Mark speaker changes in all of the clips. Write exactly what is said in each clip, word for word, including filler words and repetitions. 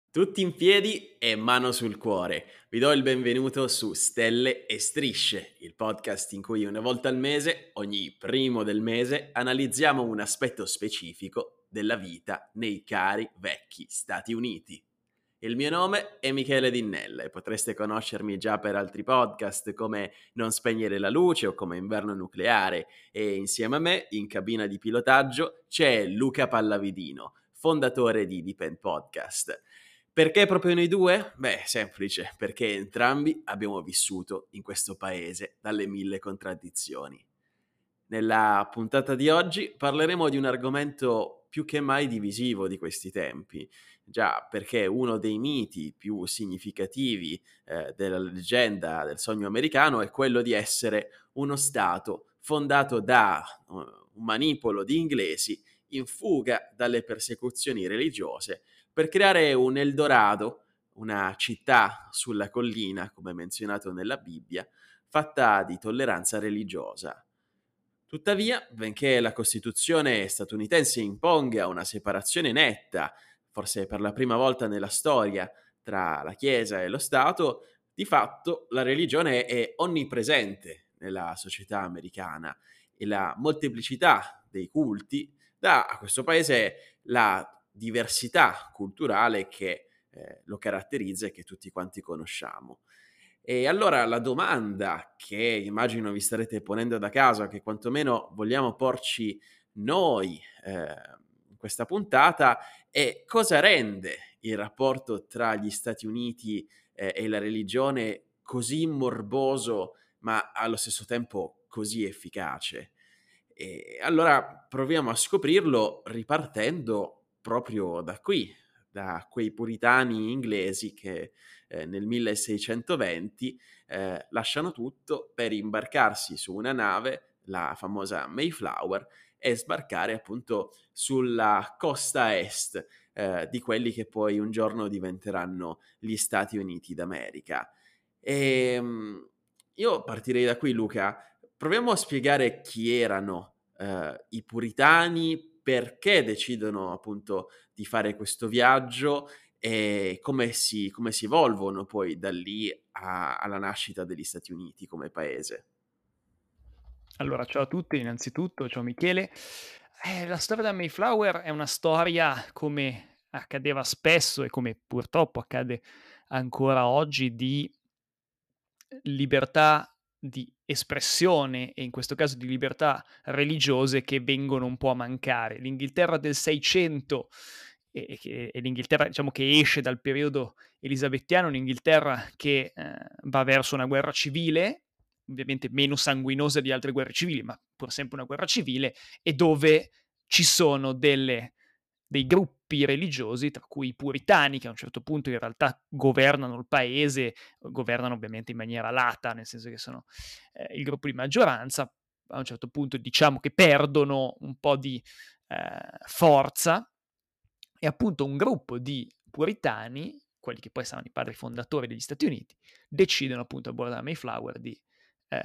Speaker 1: Tutti in piedi e mano sul cuore. Vi do il benvenuto su Stelle e Strisce, il podcast in cui una volta al mese, ogni primo del mese, analizziamo un aspetto specifico della vita nei cari vecchi Stati Uniti. Il mio nome è Michele Dinnella e potreste conoscermi già per altri podcast come Non spegnere la luce o come Inverno nucleare, e insieme a me in cabina di pilotaggio c'è Luca Pallavidino, fondatore di Depend Podcast. Perché proprio noi due? Beh, semplice, perché entrambi abbiamo vissuto in questo paese dalle mille contraddizioni. Nella puntata di oggi parleremo di un argomento più che mai divisivo di questi tempi, già perché uno dei miti più significativi eh, della leggenda del sogno americano è quello di essere uno stato fondato da uh, un manipolo di inglesi in fuga dalle persecuzioni religiose per creare un Eldorado, una città sulla collina, come menzionato nella Bibbia, fatta di tolleranza religiosa. Tuttavia, benché la Costituzione statunitense imponga una separazione netta, forse per la prima volta nella storia, tra la Chiesa e lo Stato, di fatto la religione è onnipresente nella società americana e la molteplicità dei culti dà a questo paese la diversità culturale che eh, lo caratterizza e che tutti quanti conosciamo. E allora la domanda che immagino vi starete ponendo da casa, che quantomeno vogliamo porci noi eh, in questa puntata, è: cosa rende il rapporto tra gli Stati Uniti eh, e la religione così morboso, ma allo stesso tempo così efficace? E allora proviamo a scoprirlo ripartendo proprio da qui, da quei puritani inglesi che eh, nel milleseicentoventi eh, lasciano tutto per imbarcarsi su una nave, la famosa Mayflower, e sbarcare appunto sulla costa est eh, di quelli che poi un giorno diventeranno gli Stati Uniti d'America. E, io partirei da qui, Luca. Proviamo a spiegare chi erano eh, i puritani, perché decidono appunto di fare questo viaggio e come si, come si evolvono poi da lì a- alla nascita degli Stati Uniti come paese.
Speaker 2: Allora, ciao a tutti, innanzitutto, ciao Michele. Eh, la storia della Mayflower è una storia, come accadeva spesso e come purtroppo accade ancora oggi, di libertà di espressione e in questo caso di libertà religiose che vengono un po' a mancare. L'Inghilterra del seicento e, e che, e l'Inghilterra, diciamo, che esce dal periodo elisabettiano, un'Inghilterra che eh, va verso una guerra civile, ovviamente meno sanguinosa di altre guerre civili, ma pur sempre una guerra civile, e dove ci sono delle dei gruppi religiosi, tra cui i puritani, che a un certo punto in realtà governano il paese, governano ovviamente in maniera lata, nel senso che sono eh, il gruppo di maggioranza, a un certo punto diciamo che perdono un po' di eh, forza, e appunto un gruppo di puritani, quelli che poi saranno i padri fondatori degli Stati Uniti, decidono appunto a bordo della Mayflower di eh,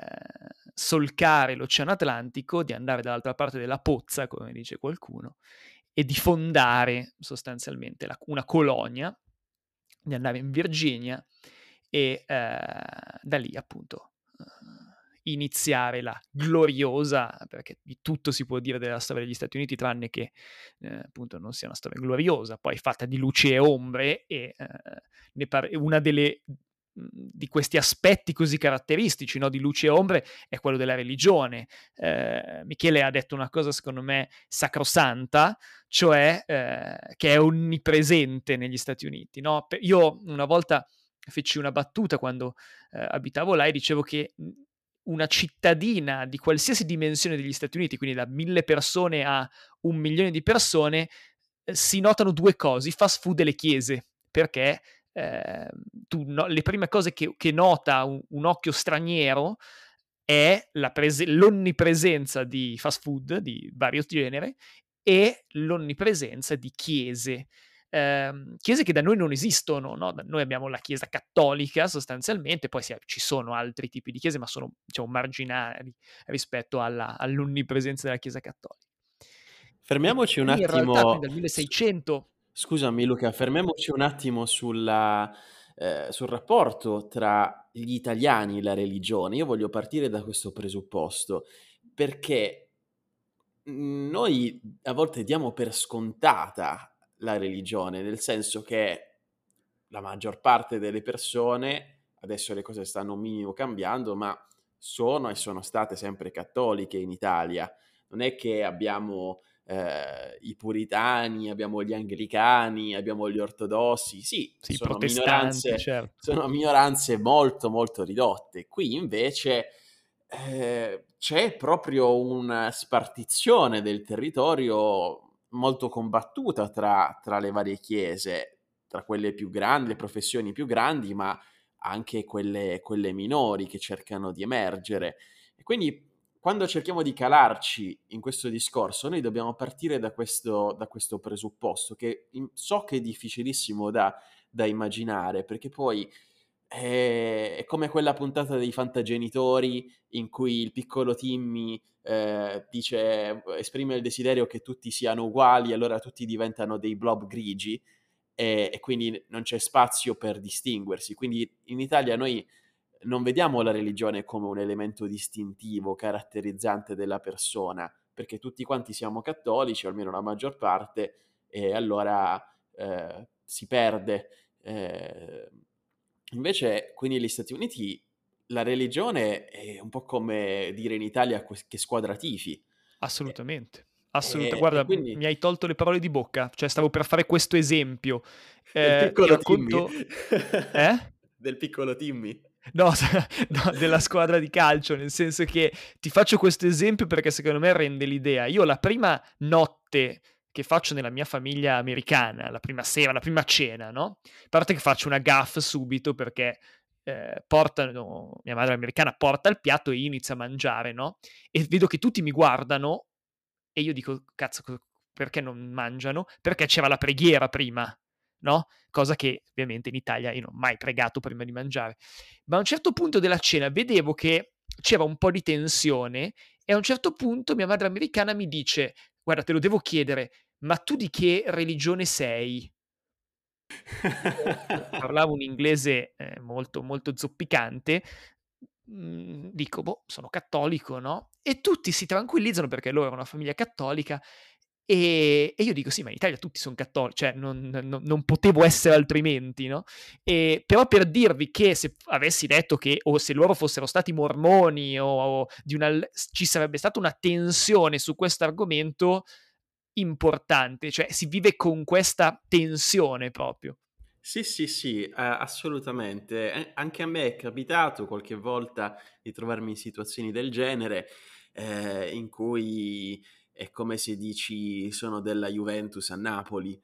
Speaker 2: solcare l'Oceano Atlantico, di andare dall'altra parte della pozza, come dice qualcuno, e di fondare sostanzialmente la, una colonia, di andare in Virginia e eh, da lì appunto eh, iniziare la gloriosa, perché di tutto si può dire della storia degli Stati Uniti tranne che eh, appunto non sia una storia gloriosa, poi fatta di luci e ombre, e eh, ne par- una delle di questi aspetti così caratteristici, no, di luci e ombre, è quello della religione. Eh, Michele ha detto una cosa secondo me sacrosanta, cioè eh, che è onnipresente negli Stati Uniti, no? Io una volta feci una battuta quando eh, abitavo là e dicevo che una cittadina di qualsiasi dimensione degli Stati Uniti, quindi da mille persone a un milione di persone, eh, si notano due cose: i fast food e le chiese, perché eh, tu, no, le prime cose che, che nota un, un occhio straniero è la prese- l'onnipresenza di fast food di vario genere e l'onnipresenza di chiese. Ehm, chiese che da noi non esistono, no? Noi abbiamo la chiesa cattolica sostanzialmente, poi sì, ci sono altri tipi di chiese, ma sono, diciamo, marginali rispetto alla, all'onnipresenza della chiesa cattolica. E
Speaker 1: Fermiamoci
Speaker 2: da
Speaker 1: un
Speaker 2: lì in realtà, quindi
Speaker 1: attimo
Speaker 2: dal
Speaker 1: su
Speaker 2: milleseicento
Speaker 1: Scusami Luca, fermiamoci un attimo sulla, ehm, sul rapporto tra gli italiani e la religione. Io voglio partire da questo presupposto, perché, mhmm, noi a volte diamo per scontata la religione, nel senso che la maggior parte delle persone, adesso le cose stanno un minimo cambiando, ma sono e sono state sempre cattoliche in Italia. Non è che abbiamo, ehm, i puritani, abbiamo gli anglicani, abbiamo gli ortodossi. Sì,
Speaker 2: Sì,
Speaker 1: sono
Speaker 2: protestanti,
Speaker 1: minoranze
Speaker 2: certo.
Speaker 1: sono minoranze molto, molto ridotte. Qui invece, ehm, c'è proprio una spartizione del territorio molto combattuta tra tra le varie chiese, tra quelle più grandi, le professioni più grandi, ma anche quelle quelle minori che cercano di emergere. E quindi quando cerchiamo di calarci in questo discorso, noi dobbiamo partire da questo da questo presupposto che in so che è difficilissimo da da immaginare, perché poi, ehm, è come quella puntata dei Fantagenitori in cui il piccolo Timmy, ehm, dice esprime il desiderio che tutti siano uguali, allora tutti diventano dei blob grigi, ehm, e quindi non c'è spazio per distinguersi. Quindi in Italia noi non vediamo la religione come un elemento distintivo, caratterizzante della persona, perché tutti quanti siamo cattolici, o almeno la maggior parte, e allora, ehm, si perde. Ehm, invece qui negli Stati Uniti la religione è un po' come dire in Italia ques che squadra tifi. E
Speaker 2: Assolutamente, assoluta
Speaker 1: e e
Speaker 2: guarda, m
Speaker 1: quindi
Speaker 2: mi hai tolto le parole di bocca, cioè stavo per fare questo esempio.
Speaker 1: del
Speaker 2: Ehm, ti
Speaker 1: piccolo Timmy?
Speaker 2: racconto eh?
Speaker 1: Del piccolo Timmy?
Speaker 2: No, s no, della squadra di calcio, nel senso che ti faccio questo esempio perché secondo me rende l'idea. Io la prima notte che faccio nella mia famiglia americana, la prima sera, la prima cena, no, a parte che faccio una gaffe subito perché, ehm, portano mia madre americana porta il piatto e io inizio a mangiare, no, e vedo che tutti mi guardano e io dico: "Cazzo, co perché non mangiano?" Perché c'era la preghiera prima, no, cosa che ovviamente in Italia io non ho mai pregato prima di mangiare. Ma a un certo punto della cena vedevo che c'era un po' di tensione e a un certo punto mia madre americana mi dice: "Guarda, te lo devo chiedere, ma tu di che religione sei?" Io che parlavo un inglese, ehm, molto, molto zoppicante, mhmm, dico: "Boh, sono cattolico", no, e tutti si tranquillizzano perché loro erano una famiglia cattolica, ehm, e io dico: "Sì, ma in Italia tutti son cattoli cioè non non non potevo essere altrimenti", no, ehm, però per dirvi che se f avessi detto che o se loro fossero stati mormoni o o di una l s ci sarebbe stata una tensione su questo argomento importante, cioè si vive con questa tensione proprio.
Speaker 1: Sì, sì, sì, a assolutamente. E anche a me è capitato qualche volta di trovarmi in situazioni del genere, ehm, in cui è come se dici: "Sono della Juventus a Napoli",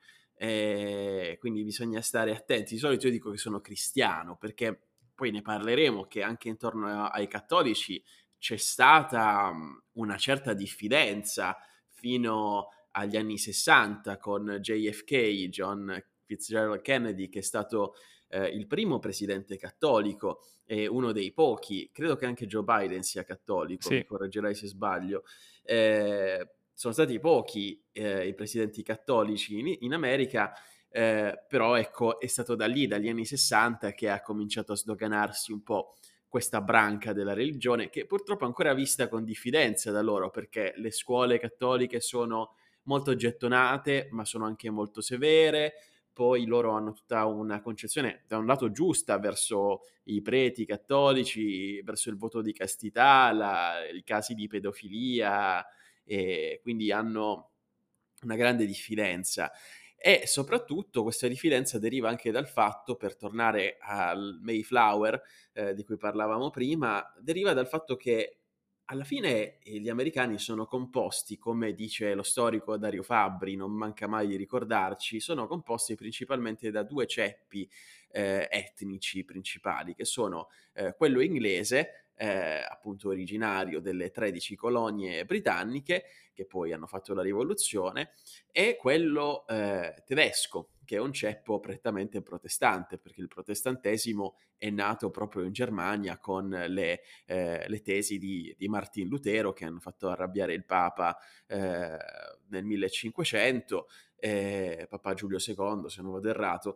Speaker 1: ehm, quindi bisogna stare attenti. Di solito io dico che sono cristiano, perché poi ne parleremo che anche intorno a ai cattolici c'è stata, mhmm, una certa diffidenza fino agli anni 'sessanta con J F K, John Fitzgerald Kennedy, che è stato, ehm, il primo presidente cattolico e uno dei pochi, credo che anche Joe Biden sia cattolico, mi
Speaker 2: Sì.
Speaker 1: correggerai se sbaglio. Ehm, sono stati pochi, ehm, i presidenti cattolici in in America, ehm, però ecco è stato da lì, dagli anni 'sessanta che ha cominciato a sdoganarsi un po' questa branca della religione, che purtroppo è ancora vista con diffidenza da loro, perché le scuole cattoliche sono molto gettonate, ma sono anche molto severe. Poi loro hanno tutta una concezione, da un lato giusta, verso i preti cattolici, verso il voto di castità, la i casi di pedofilia, e quindi hanno una grande diffidenza. E soprattutto questa diffidenza deriva anche dal fatto, per tornare al Mayflower, ehm, di cui parlavamo prima, deriva dal fatto che alla fine, ehm, gli americani sono composti, come dice lo storico Dario Fabbri, non manca mai di ricordarci, sono composti principalmente da due ceppi, ehm, etnici principali, che sono, ehm, quello inglese, ehm, appunto originario delle tredici colonie britanniche, che poi hanno fatto la rivoluzione, e quello, ehm, tedesco, che è un ceppo prettamente protestante, perché il protestantesimo è nato proprio in Germania con le ehm, le tesi di di Martin Lutero, che hanno fatto arrabbiare il Papa, ehm, nel millecinquecento, eh, Papa Giulio secondo, se non vado errato,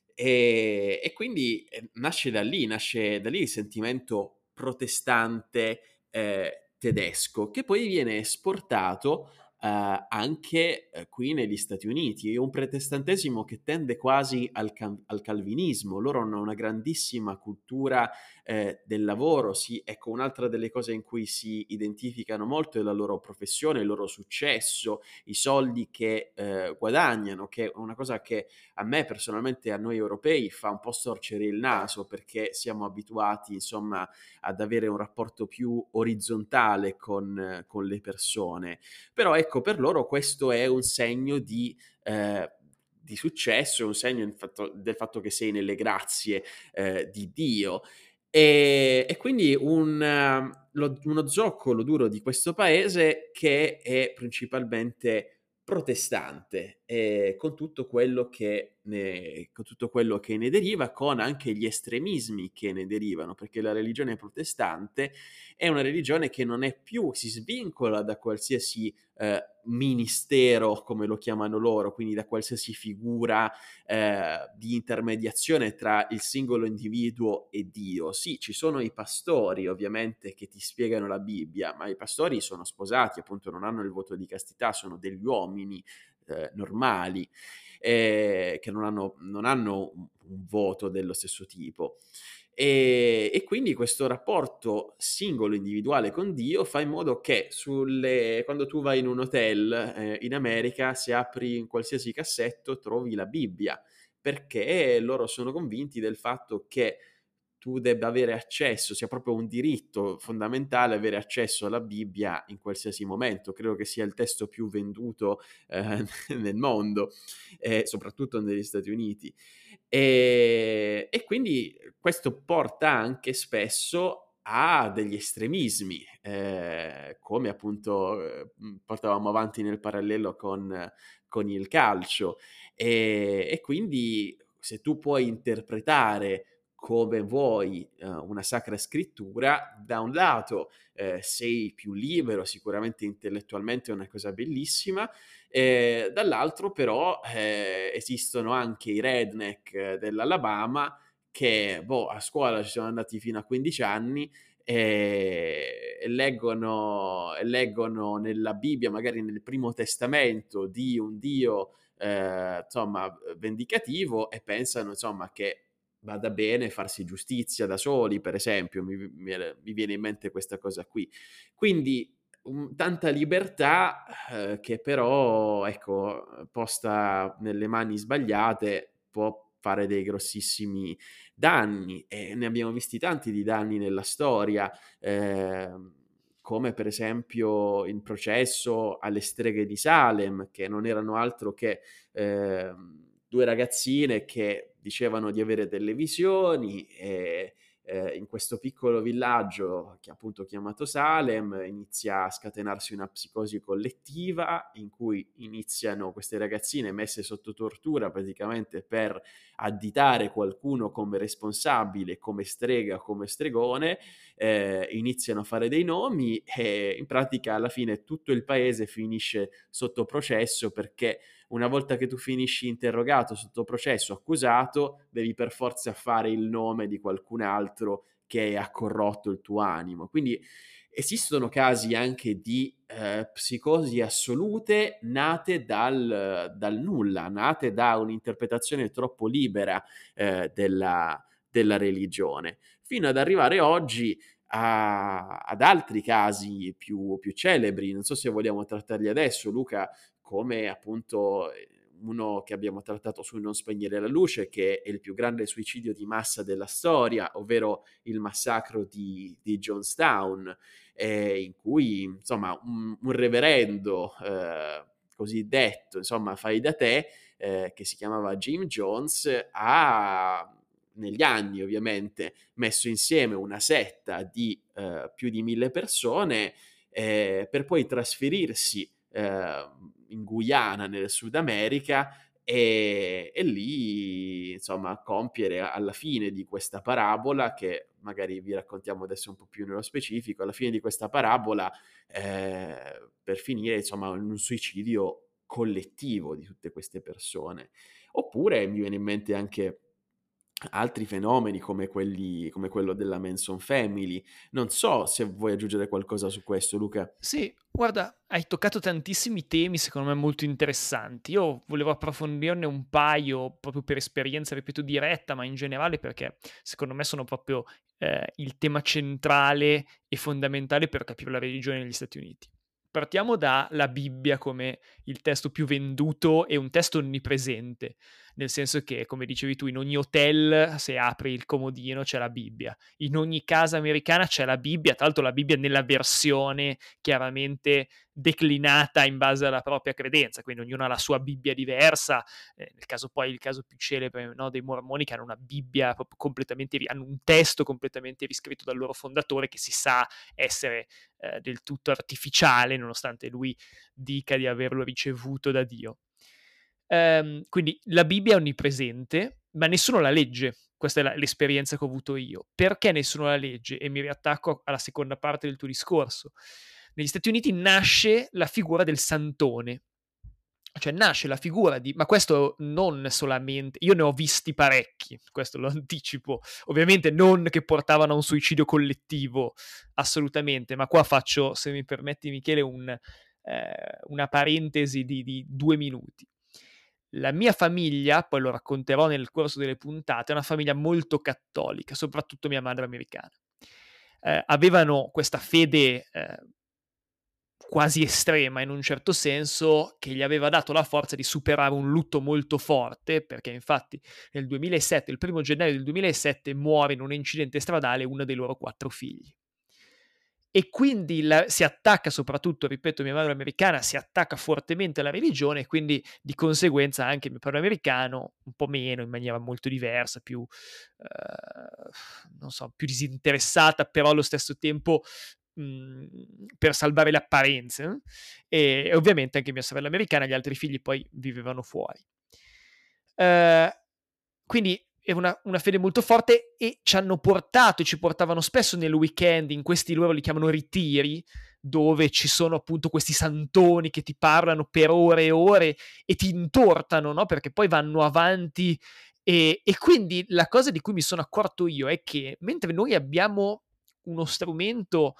Speaker 1: e, e quindi eh, nasce da lì, nasce da lì il sentimento protestante eh, tedesco, che poi viene esportato eh, anche eh, qui negli Stati Uniti. È un protestantesimo che tende quasi al, cal- al calvinismo. Loro hanno una grandissima cultura eh, del lavoro. Sì, ecco, un'altra delle cose in cui si identificano molto è la loro professione, il loro successo, i soldi che eh, guadagnano, che è una cosa che a me personalmente, a noi europei, fa un po' storcere il naso, perché siamo abituati, insomma, ad avere un rapporto più orizzontale con, con le persone. Però ecco, per loro questo è un segno di, eh, di successo, è un segno del fatto, del fatto che sei nelle grazie eh, di Dio. E, e quindi un, eh, lo- uno zoccolo duro di questo paese che è principalmente protestante, eh, con tutto quello che ne, con tutto quello che ne deriva, con anche gli estremismi che ne derivano, perché la religione protestante è una religione che non è più, si svincola da qualsiasi eh, ministero, come lo chiamano loro, quindi da qualsiasi figura eh, di intermediazione tra il singolo individuo e Dio. Sì, ci sono i pastori, ovviamente, che ti spiegano la Bibbia, ma i pastori sono sposati, appunto, non hanno il voto di castità, sono degli uomini eh, normali, eh, che non hanno, non hanno un, un voto dello stesso tipo. E, e quindi questo rapporto singolo, individuale con Dio fa in modo che sulle, quando tu vai in un hotel eh, in America, se apri in qualsiasi cassetto trovi la Bibbia, perché loro sono convinti del fatto che tu debba avere accesso, sia proprio un diritto fondamentale avere accesso alla Bibbia in qualsiasi momento. Credo che sia il testo più venduto eh, nel mondo, eh, soprattutto negli Stati Uniti. E, e quindi questo porta anche spesso a degli estremismi, eh, come appunto eh, portavamo avanti nel parallelo con, con il calcio. E, e quindi se tu puoi interpretare come vuoi eh, una sacra scrittura, da un lato eh, sei più libero, sicuramente intellettualmente è una cosa bellissima, eh, dall'altro però eh, esistono anche i redneck eh, dell'Alabama che boh, a scuola ci sono andati fino a quindici anni e, e leggono, e leggono nella Bibbia, magari nel Primo Testamento, di un Dio eh, insomma vendicativo, e pensano insomma che vada bene farsi giustizia da soli, per esempio, mi, mi, mi viene in mente questa cosa qui. Quindi um, tanta libertà eh, che però, ecco, posta nelle mani sbagliate può fare dei grossissimi danni, e ne abbiamo visti tanti di danni nella storia, ehm, come per esempio il processo alle streghe di Salem, che non erano altro che ehm, due ragazzine che dicevano di avere delle visioni, e eh, in questo piccolo villaggio che è appunto chiamato Salem inizia a scatenarsi una psicosi collettiva in cui iniziano queste ragazzine messe sotto tortura praticamente per additare qualcuno come responsabile, come strega, come stregone, eh, iniziano a fare dei nomi e in pratica alla fine tutto il paese finisce sotto processo, perché una volta che tu finisci interrogato, sotto processo, accusato, devi per forza fare il nome di qualcun altro che ha corrotto il tuo animo. Quindi esistono casi anche di eh, psicosi assolute nate dal, dal nulla, nate da un'interpretazione troppo libera eh, della, della religione, fino ad arrivare oggi a, ad altri casi più, più celebri. Non so se vogliamo trattarli adesso, Luca, come appunto eh, uno che abbiamo trattato su Non spegnere la luce, che è il più grande suicidio di massa della storia, ovvero il massacro di, di Jonestown, eh, in cui insomma un, un reverendo eh, cosiddetto, insomma fai da te, eh, che si chiamava Jim Jones, ha negli anni ovviamente messo insieme una setta di eh, più di mille persone eh, per poi trasferirsi eh, in Guyana, nel Sud America, e, e lì insomma compiere alla fine di questa parabola, che magari vi raccontiamo adesso un po' più nello specifico, alla fine di questa parabola eh, per finire insomma in un suicidio collettivo di tutte queste persone. Oppure mi viene in mente anche altri fenomeni come quelli come quello della Manson Family. Non so se vuoi aggiungere qualcosa su questo, Luca.
Speaker 2: Sì, guarda, hai toccato tantissimi temi secondo me molto interessanti. Io volevo approfondirne un paio proprio per esperienza, ripeto, diretta, ma in generale perché secondo me sono proprio eh, il tema centrale e fondamentale per capire la religione negli Stati Uniti. Partiamo dalla Bibbia come il testo più venduto e un testo onnipresente, nel senso che, come dicevi tu, in ogni hotel, se apri il comodino, c'è la Bibbia. In ogni casa americana c'è la Bibbia, tra l'altro la Bibbia nella versione chiaramente declinata in base alla propria credenza, quindi ognuno ha la sua Bibbia diversa, eh, nel caso poi, il caso più celebre, no, dei mormoni, che hanno una Bibbia proprio completamente, hanno un testo completamente riscritto dal loro fondatore che si sa essere eh, del tutto artificiale, nonostante lui dica di averlo ricevuto da Dio. Um, quindi la Bibbia è onnipresente, ma nessuno la legge. Questa è la, l'esperienza che ho avuto io. Perché nessuno la legge? E mi riattacco alla seconda parte del tuo discorso. Negli Stati Uniti nasce la figura del santone. Cioè nasce la figura di... Ma questo non solamente... Io ne ho visti parecchi, questo lo anticipo. Ovviamente non che portavano a un suicidio collettivo, assolutamente. Ma qua faccio, se mi permetti Michele, un, eh, una parentesi di, di due minuti. La mia famiglia, poi lo racconterò nel corso delle puntate, è una famiglia molto cattolica, soprattutto mia madre americana. Eh, avevano questa fede eh, quasi estrema in un certo senso, che gli aveva dato la forza di superare un lutto molto forte, perché infatti nel duemilasette, il primo gennaio del duemilasette, muore in un incidente stradale uno dei loro quattro figli. E quindi la, si attacca soprattutto, ripeto, mia madre americana si attacca fortemente alla religione e quindi di conseguenza anche mio padre americano un po' meno, in maniera molto diversa, più eh, non so, più disinteressata, però allo stesso tempo mh, per salvare le apparenze, eh? e, e ovviamente anche mia sorella americana, gli altri figli poi vivevano fuori. Eh, quindi è una, una fede molto forte e ci hanno portato e ci portavano spesso nel weekend in questi, loro li chiamano ritiri, dove ci sono appunto questi santoni che ti parlano per ore e ore e ti intortano, no? Perché poi vanno avanti e, e quindi la cosa di cui mi sono accorto io è che mentre noi abbiamo uno strumento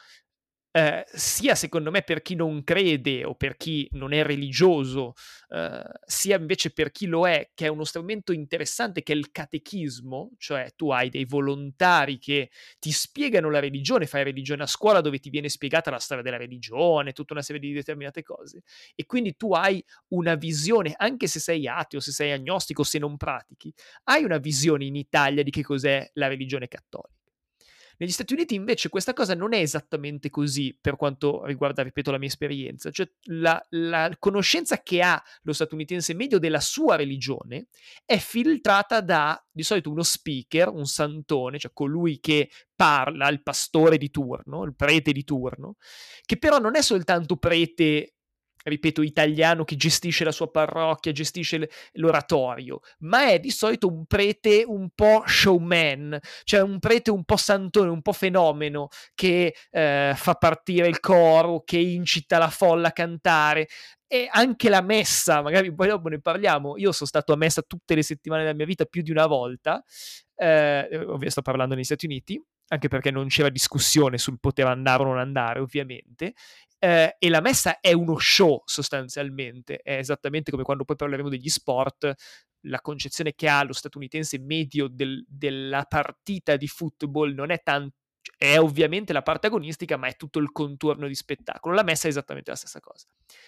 Speaker 2: eh, sia secondo me per chi non crede o per chi non è religioso, eh, sia invece per chi lo è, che è uno strumento interessante che è il catechismo, cioè tu hai dei volontari che ti spiegano la religione, fai religione a scuola dove ti viene spiegata la storia della religione, tutta una serie di determinate cose, e quindi tu hai una visione, anche se sei ateo, se sei agnostico, se non pratichi, hai una visione in Italia di che cos'è la religione cattolica. Negli Stati Uniti invece questa cosa non è esattamente così per quanto riguarda, ripeto, la mia esperienza, cioè la, la conoscenza che ha lo statunitense medio della sua religione è filtrata da di solito uno speaker, un santone, cioè colui che parla, il pastore di turno, il prete di turno, che però non è soltanto prete, ripeto, italiano che gestisce la sua parrocchia, gestisce l'oratorio, ma è di solito un prete un po' showman, cioè un prete un po' santone, un po' fenomeno, che eh, fa partire il coro, che incita la folla a cantare. E anche la messa, magari poi dopo ne parliamo, io sono stato a messa tutte le settimane della mia vita più di una volta, eh, ovviamente sto parlando negli Stati Uniti, anche perché non c'era discussione sul poter andare o non andare, ovviamente, eh, e la messa è uno show sostanzialmente, è esattamente come quando poi parleremo degli sport, la concezione che ha lo statunitense medio del, della partita di football non è tanto, è ovviamente la parte agonistica, ma è tutto il contorno di spettacolo. La messa è esattamente la stessa cosa.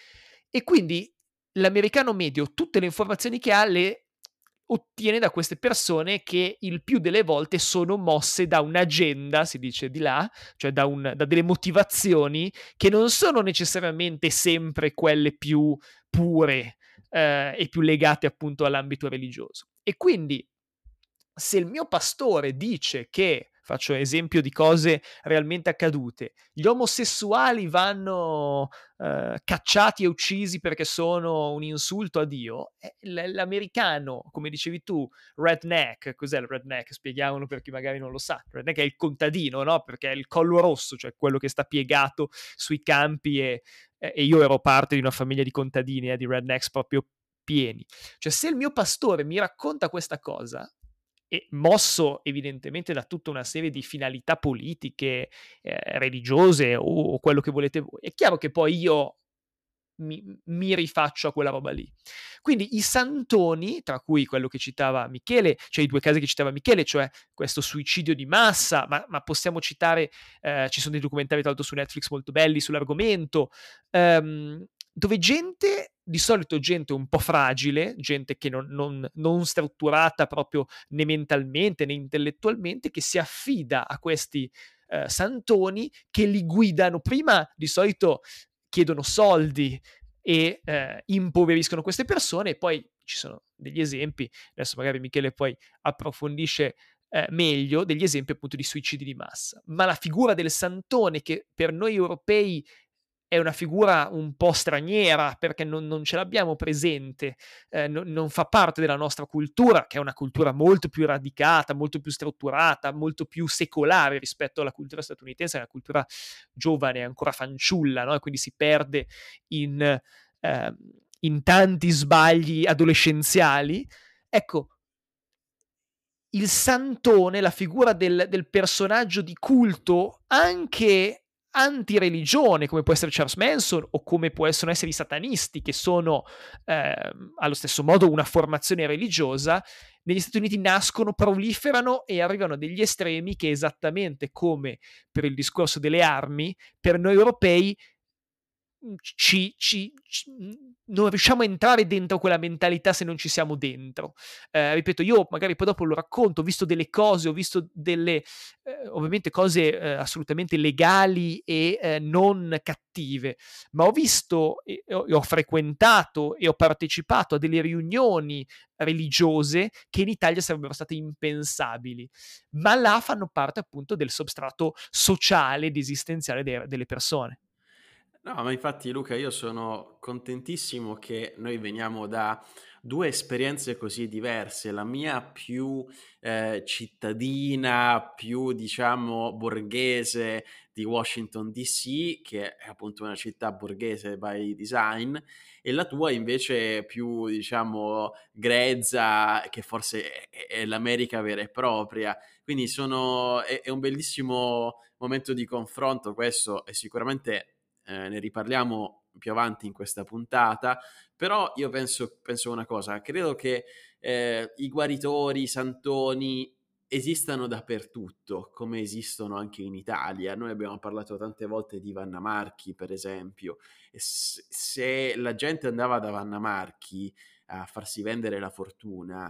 Speaker 2: E quindi l'americano medio tutte le informazioni che ha le ottiene da queste persone che il più delle volte sono mosse da un'agenda, si dice di là, cioè da, un, da delle motivazioni che non sono necessariamente sempre quelle più pure eh, e più legate appunto all'ambito religioso. E quindi se il mio pastore dice che faccio esempio di cose realmente accadute. Gli omosessuali vanno eh, cacciati e uccisi perché sono un insulto a Dio. Eh, l- l'americano, come dicevi tu, redneck, cos'è il redneck? Spieghiamolo per chi magari non lo sa. Il redneck è il contadino, no? Perché è il collo rosso, cioè quello che sta piegato sui campi e, e io ero parte di una famiglia di contadini, eh, di rednecks proprio pieni. Cioè, se il mio pastore mi racconta questa cosa, e mosso evidentemente da tutta una serie di finalità politiche, eh, religiose o, o quello che volete voi, è chiaro che poi io mi, mi rifaccio a quella roba lì. Quindi i santoni, tra cui quello che citava Michele, cioè i due casi che citava Michele, cioè questo suicidio di massa, ma, ma possiamo citare, eh, ci sono dei documentari tra l'altro su Netflix molto belli sull'argomento, ehm, dove gente, di solito gente un po' fragile, gente che non, non, non strutturata proprio né mentalmente né intellettualmente, che si affida a questi eh, santoni che li guidano. Prima di solito chiedono soldi e eh, impoveriscono queste persone, e poi ci sono degli esempi, adesso magari Michele poi approfondisce eh, meglio, degli esempi appunto di suicidi di massa. Ma la figura del santone, che per noi europei è una figura un po' straniera perché non, non ce l'abbiamo presente, eh, non, non fa parte della nostra cultura, che è una cultura molto più radicata, molto più strutturata, molto più secolare rispetto alla cultura statunitense, è una cultura giovane, ancora fanciulla, no? E quindi si perde in, eh, in tanti sbagli adolescenziali. Ecco, il santone, la figura del, del personaggio di culto, anche antireligione, come può essere Charles Manson o come possono essere i satanisti, che sono eh, allo stesso modo una formazione religiosa, negli Stati Uniti nascono, proliferano e arrivano a degli estremi che, esattamente come per il discorso delle armi, per noi europei ci, ci, ci, non riusciamo a entrare dentro quella mentalità se non ci siamo dentro. Eh, ripeto, io magari poi dopo lo racconto, ho visto delle cose, ho visto delle, eh, ovviamente cose eh, assolutamente legali e eh, non cattive, ma ho visto e ho, e ho frequentato e ho partecipato a delle riunioni religiose che in Italia sarebbero state impensabili, ma là fanno parte appunto del substrato sociale ed esistenziale de- delle persone.
Speaker 1: No, ma infatti Luca, io sono contentissimo che noi veniamo da due esperienze così diverse. La mia più eh, cittadina, più diciamo borghese di Washington D C, che è appunto una città borghese by design, e la tua invece più diciamo grezza, che forse è, è l'America vera e propria. Quindi sono, è, è un bellissimo momento di confronto questo, e sicuramente eh, ne riparliamo più avanti in questa puntata, però io penso, penso una cosa, credo che eh, i guaritori, i santoni esistano dappertutto, come esistono anche in Italia. Noi abbiamo parlato tante volte di Vanna Marchi, per esempio, e se la gente andava da Vanna Marchi a farsi vendere la fortuna,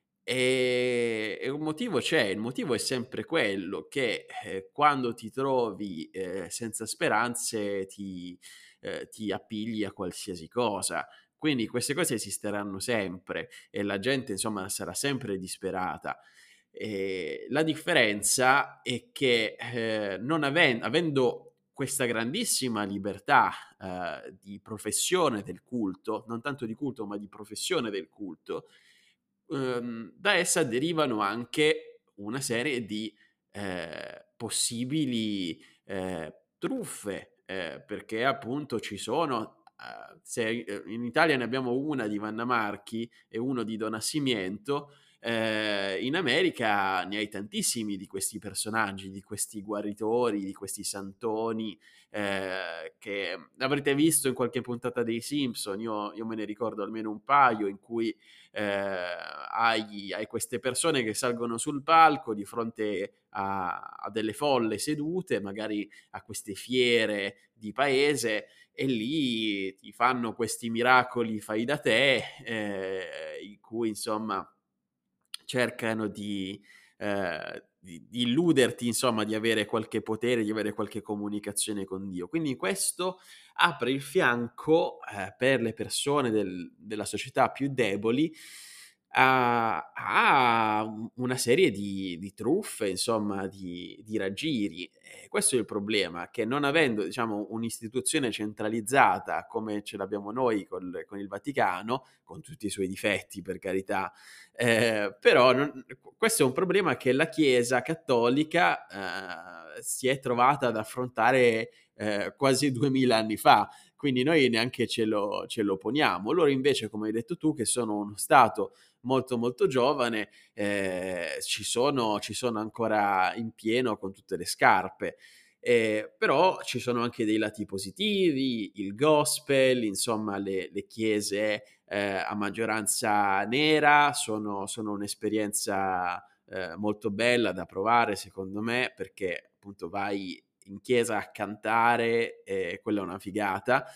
Speaker 1: e, e un motivo c'è, il motivo è sempre quello che eh, quando ti trovi eh, senza speranze ti, eh, ti appigli a qualsiasi cosa. Quindi queste cose esisteranno sempre e la gente insomma sarà sempre disperata. E la differenza è che eh, non aven- avendo questa grandissima libertà eh, di professione del culto, non tanto di culto ma di professione del culto, ehm, da essa derivano anche una serie di eh, possibili eh, truffe, eh, perché appunto ci sono, eh, se eh, in Italia ne abbiamo una di Vanna Marchi e uno di Don Nascimento, eh, in America ne hai tantissimi di questi personaggi, di questi guaritori, di questi santoni, eh, che avrete visto in qualche puntata dei Simpson. Io, io me ne ricordo almeno un paio in cui eh, hai, hai queste persone che salgono sul palco di fronte a, a delle folle sedute, magari a queste fiere di paese, e lì ti fanno questi miracoli fai da te, eh, in cui insomma cercano di, eh, di, di illuderti, insomma, di avere qualche potere, di avere qualche comunicazione con Dio. Quindi questo apre il fianco eh, per le persone del- della società più deboli a, a una serie di di truffe, insomma, di di raggiri. E questo è il problema, che non avendo, diciamo, un'istituzione centralizzata come ce l'abbiamo noi col con il Vaticano, con tutti i suoi difetti per carità, ehm, però non q questo è un problema che la Chiesa cattolica, ehm, si è trovata ad affrontare, ehm, quasi duemila anni fa, quindi noi neanche ce lo ce lo poniamo. Loro invece, come hai detto tu, che sono uno stato molto, molto giovane, ehm, ci sono ci sono ancora in pieno con tutte le scarpe. Ehm, però ci sono anche dei lati positivi, il gospel, insomma le le chiese, ehm, a maggioranza nera sono sono un'esperienza, ehm, molto bella da provare secondo me, perché appunto vai in chiesa a cantare e quella è una figata.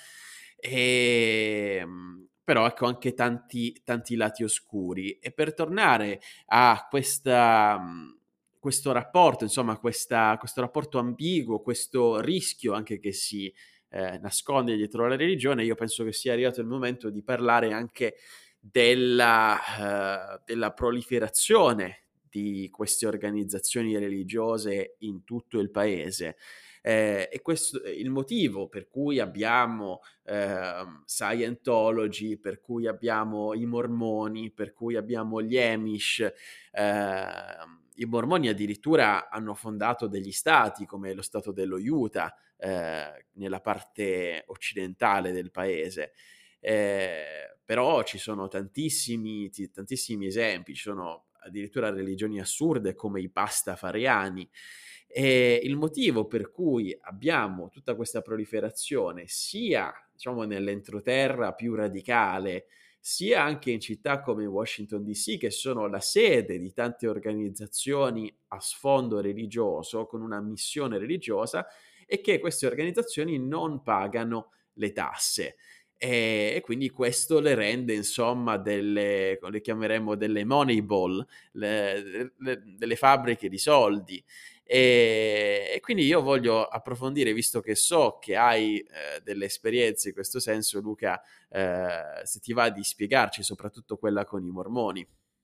Speaker 1: Ehm, però ecco anche tanti tanti lati oscuri. E per tornare a questa mhmm, questo rapporto, insomma questa questo rapporto ambiguo, questo rischio anche che si, ehm, nasconde dietro la religione, io penso che sia arrivato il momento di parlare anche della ehm, della proliferazione di queste organizzazioni religiose in tutto il paese. Ehm, e questo è il motivo per cui abbiamo, ehm, Scientology, per cui abbiamo i mormoni, per cui abbiamo gli Amish. Ehm, i mormoni addirittura hanno fondato degli stati, come lo stato dello Utah, ehm, nella parte occidentale del paese. Ehm, però ci sono tantissimi ti tantissimi esempi, ci sono addirittura religioni assurde come i pastafariani. E il motivo per cui abbiamo tutta questa proliferazione sia, diciamo, nell'entroterra più radicale, sia anche in città come Washington D C, che sono la sede di tante organizzazioni a sfondo religioso, con una missione religiosa, è che queste organizzazioni non pagano le tasse. Ehm, e quindi questo le rende insomma delle, co le chiameremmo delle moneyball, le le delle fabbriche di soldi. Ehm, e quindi io voglio approfondire, visto che so che hai, ehm, delle esperienze in questo senso Luca, ehm, se ti va di spiegarci soprattutto quella con i mormoni.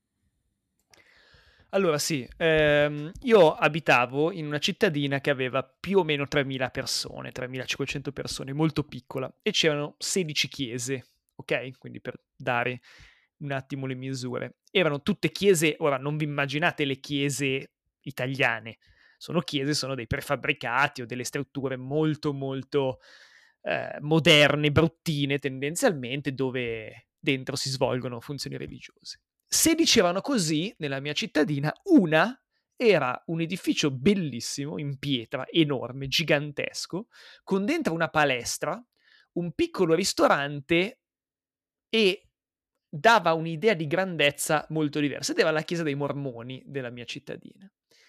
Speaker 2: Allora sì, ehm, io abitavo in una cittadina che aveva più o meno tremila persone, tremilacinquecento persone, molto piccola, e c'erano sedici chiese, ok? Quindi per dare un attimo le misure. Erano tutte chiese, ora non vi immaginate le chiese italiane, sono chiese, sono dei prefabbricati o delle strutture molto molto eh, moderne, bruttine tendenzialmente, dove dentro si svolgono funzioni religiose. Se dicevano così, nella mia cittadina, una era un edificio bellissimo, in pietra, enorme, gigantesco, con dentro una palestra, un piccolo ristorante e dava un'idea di grandezza molto diversa. Ed era la chiesa dei Mormoni della mia cittadina.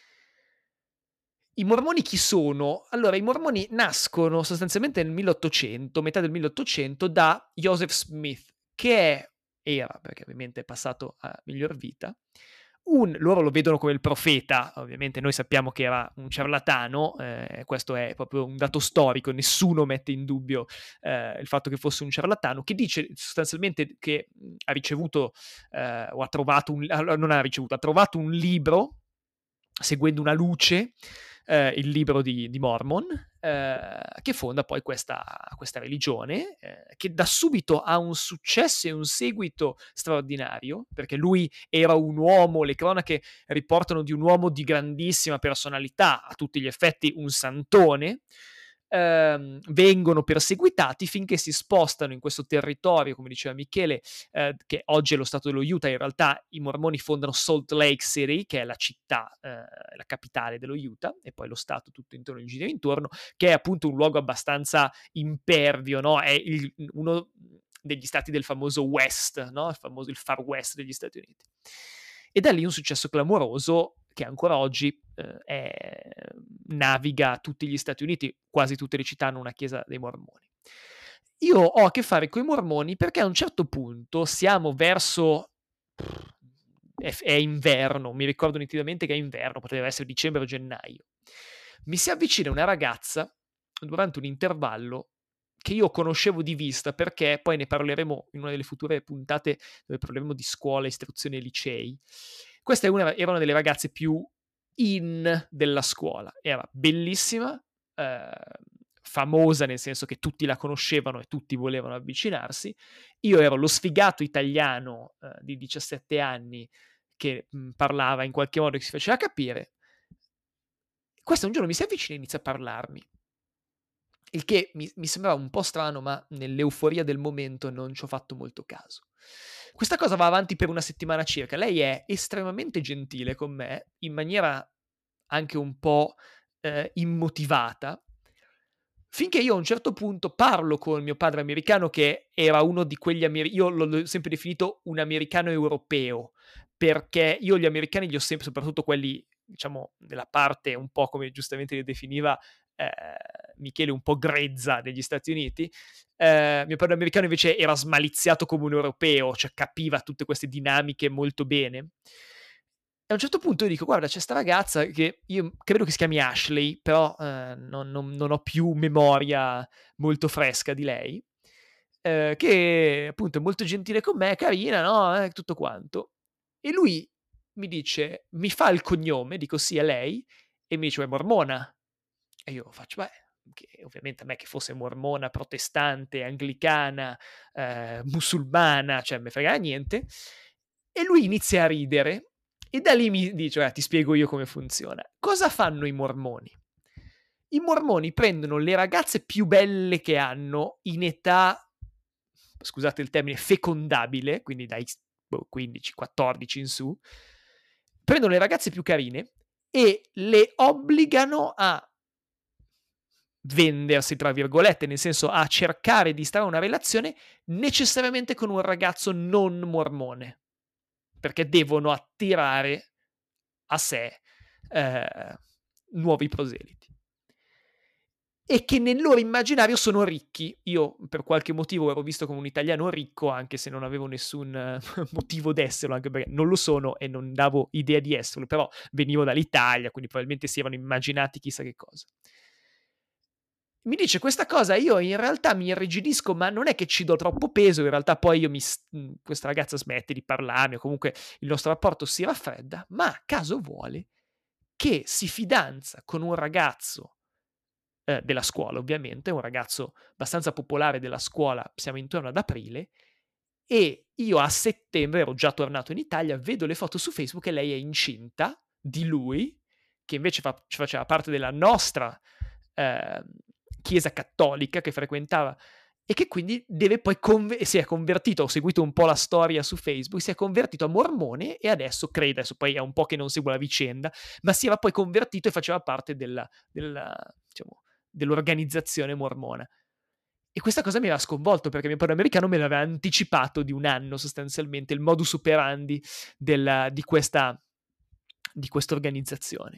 Speaker 2: I mormoni chi sono? Allora, i mormoni nascono sostanzialmente nel milleottocento, metà del milleottocento, da Joseph Smith, che è, era, perché ovviamente è passato a miglior vita, un, loro lo vedono come il profeta, ovviamente noi sappiamo che era un ciarlatano, eh, questo è proprio un dato storico, nessuno mette in dubbio eh, il fatto che fosse un ciarlatano, che dice sostanzialmente che mh, ha ricevuto eh, o ha trovato un, non ha ricevuto, ha trovato un libro seguendo una luce, eh, il libro di, di Mormon, eh, che fonda poi questa, questa religione, eh, che da subito ha un successo e un seguito straordinario, perché lui era un uomo, le cronache riportano di un uomo di grandissima personalità, a tutti gli effetti un santone. Ehm, vengono perseguitati finché si spostano in questo territorio, come diceva Michele, eh, che oggi è lo stato dello Utah. In realtà i mormoni fondano Salt Lake City, che è la città, eh, la capitale dello Utah, e poi lo stato tutto intorno, in giro intorno, che è appunto un luogo abbastanza impervio, no? È il, uno degli stati del famoso West, no? Il famoso il Far West degli Stati Uniti. E da lì un successo clamoroso che ancora oggi eh, è, naviga tutti gli Stati Uniti, quasi tutte le città hanno una chiesa dei mormoni. Io ho a che fare con i mormoni perché a un certo punto siamo verso... È, è inverno, mi ricordo nitidamente che è inverno, poteva essere dicembre o gennaio. Mi si avvicina una ragazza durante un intervallo che io conoscevo di vista, perché poi ne parleremo in una delle future puntate dove parleremo di scuola, istruzione e licei. Questa è una, era una delle ragazze più in della scuola, era bellissima, eh, famosa nel senso che tutti la conoscevano e tutti volevano avvicinarsi. Io ero lo sfigato italiano eh, di diciassette anni che mh, parlava in qualche modo, che si faceva capire. Questo un giorno mi si avvicina e inizia a parlarmi, il che mi, mi sembrava un po' strano, ma nell'euforia del momento non ci ho fatto molto caso. Questa cosa va avanti per una settimana circa. Lei è estremamente gentile con me, in maniera anche un po' eh, immotivata, finché io a un certo punto parlo con mio padre americano, che era uno di quegli americani, io l'ho sempre definito un americano europeo, perché io gli americani li ho sempre, soprattutto quelli, diciamo, della parte un po' come giustamente li definiva eh, Michele, un po' grezza degli Stati Uniti. Eh, mio padre americano invece era smaliziato come un europeo, cioè capiva tutte queste dinamiche molto bene. E a un certo punto io dico, guarda, c'è sta ragazza che io credo che si chiami Ashley, però eh, non, non, non ho più memoria molto fresca di lei, eh, che appunto è molto gentile con me, carina, no? Eh, tutto quanto. E lui mi dice, mi fa il cognome, dico sì, è lei, e mi dice, è mormona. E io faccio, beh, che ovviamente a me che fosse mormona, protestante, anglicana, eh, musulmana, cioè me frega niente. E lui inizia a ridere e da lì mi dice, eh, ti spiego io come funziona. Cosa fanno i mormoni? I mormoni prendono le ragazze più belle che hanno in età, scusate il termine, fecondabile, quindi dai quindici quattordici in su, prendono le ragazze più carine e le obbligano a vendersi, tra virgolette, nel senso a cercare di stare in una relazione necessariamente con un ragazzo non mormone, perché devono attirare a sé eh, nuovi proseliti. E che nel loro immaginario sono ricchi. Io per qualche motivo ero visto come un italiano ricco, anche se non avevo nessun motivo d'esserlo, anche perché non lo sono e non davo idea di esserlo, però venivo dall'Italia, quindi probabilmente si erano immaginati chissà che cosa. Mi dice questa cosa, io in realtà mi irrigidisco, ma non è che ci do troppo peso, in realtà poi io mi, questa ragazza smette di parlarmi, o comunque il nostro rapporto si raffredda, ma caso vuole che si fidanza con un ragazzo eh, della scuola, ovviamente, un ragazzo abbastanza popolare della scuola, siamo intorno ad aprile, e io a settembre ero già tornato in Italia, vedo le foto su Facebook e lei è incinta di lui, che invece fa, faceva parte della nostra eh, chiesa cattolica che frequentava e che quindi deve poi conv- si è convertito, ho seguito un po' la storia su Facebook, si è convertito a mormone e adesso credo, adesso poi è un po' che non seguo la vicenda, ma si era poi convertito e faceva parte della, della, diciamo, dell'organizzazione mormona. E questa cosa mi aveva sconvolto perché mio padre americano me l'aveva anticipato di un anno sostanzialmente, il modus operandi della, di questa di questa organizzazione.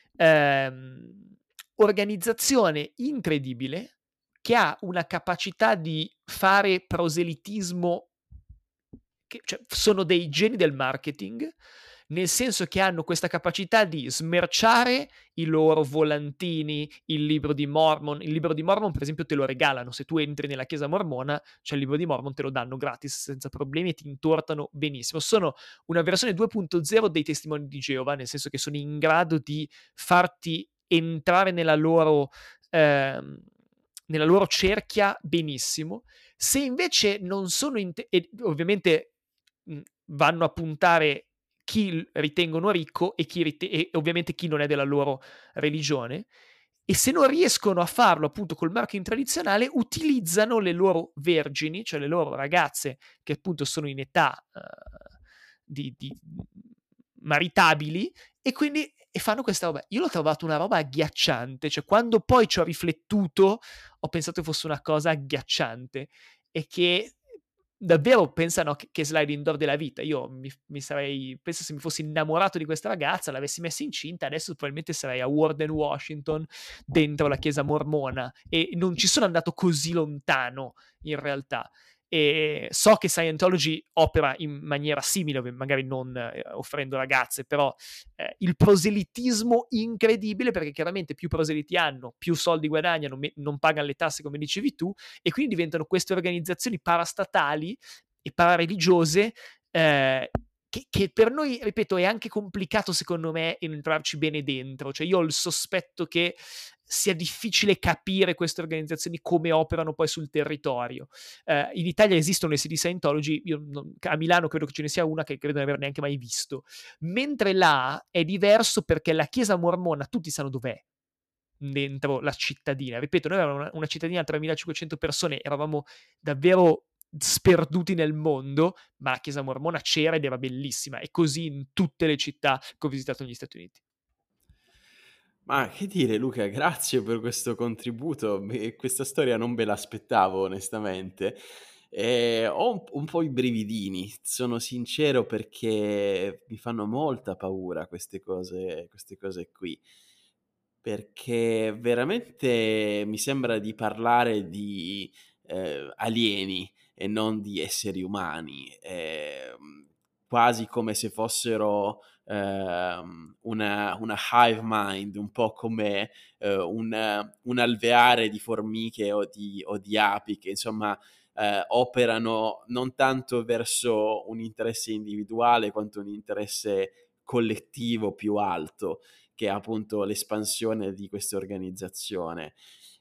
Speaker 2: Ehm, organizzazione incredibile che ha una capacità di fare proselitismo, che, cioè, sono dei geni del marketing, nel senso che hanno questa capacità di smerciare i loro volantini, il libro di Mormon. Il libro di Mormon, per esempio, te lo regalano. Se tu entri nella chiesa mormona, cioè il libro di Mormon te lo danno gratis, senza problemi, e ti intortano benissimo. Sono una versione due punto zero dei testimoni di Geova, nel senso che sono in grado di farti entrare nella loro... Ehm, nella loro cerchia benissimo. Se invece non sono in te- e ovviamente mh, vanno a puntare chi ritengono ricco e, chi rite- e ovviamente chi non è della loro religione, e se non riescono a farlo appunto col marketing tradizionale, utilizzano le loro vergini, cioè le loro ragazze che appunto sono in età uh, di, di maritabili, e quindi e fanno questa roba. Io l'ho trovato una roba agghiacciante, cioè quando poi ci ho riflettuto ho pensato che fosse una cosa agghiacciante e che davvero pensano che, che sliding door della vita. Io mi, mi sarei, penso se mi fossi innamorato di questa ragazza, l'avessi messa incinta, adesso probabilmente sarei a Warden, Washington, dentro la chiesa mormona, e non ci sono andato così lontano in realtà. E so che Scientology opera in maniera simile, magari non eh, offrendo ragazze, però eh, il proselitismo incredibile, perché chiaramente più proseliti hanno, più soldi guadagnano, me- non pagano le tasse come dicevi tu, e quindi diventano queste organizzazioni parastatali e parareligiose eh, che che per noi, ripeto, è anche complicato secondo me entrarci bene dentro. Cioè io ho il sospetto che sia difficile capire queste organizzazioni come operano poi sul territorio. Ehm, in Italia esistono le sedi Scientology, io non a Milano credo che ce ne sia una che credo di non aver neanche mai visto. Mentre là è diverso perché la chiesa mormona tutti sanno dov'è dentro la cittadina. Ripeto, noi eravamo una una cittadina a tremilacinquecento persone, eravamo davvero sperduti nel mondo, ma la chiesa mormona c'era ed era bellissima, e così in tutte le città che ho visitato negli Stati Uniti.
Speaker 1: Ma che dire Luca, grazie per questo contributo, me questa storia non me l'aspettavo onestamente. Ehm, ho un p un po' i brividini, sono sincero, perché mi fanno molta paura queste cose queste cose qui. Perché veramente mi sembra di parlare di, ehm, alieni e non di esseri umani, ehm, quasi come se fossero, ehm, una una hive mind, un po' come, ehm, un un alveare di formiche o di o di api che insomma, ehm, operano non tanto verso un interesse individuale quanto un interesse collettivo più alto, che è appunto l'espansione di questa organizzazione.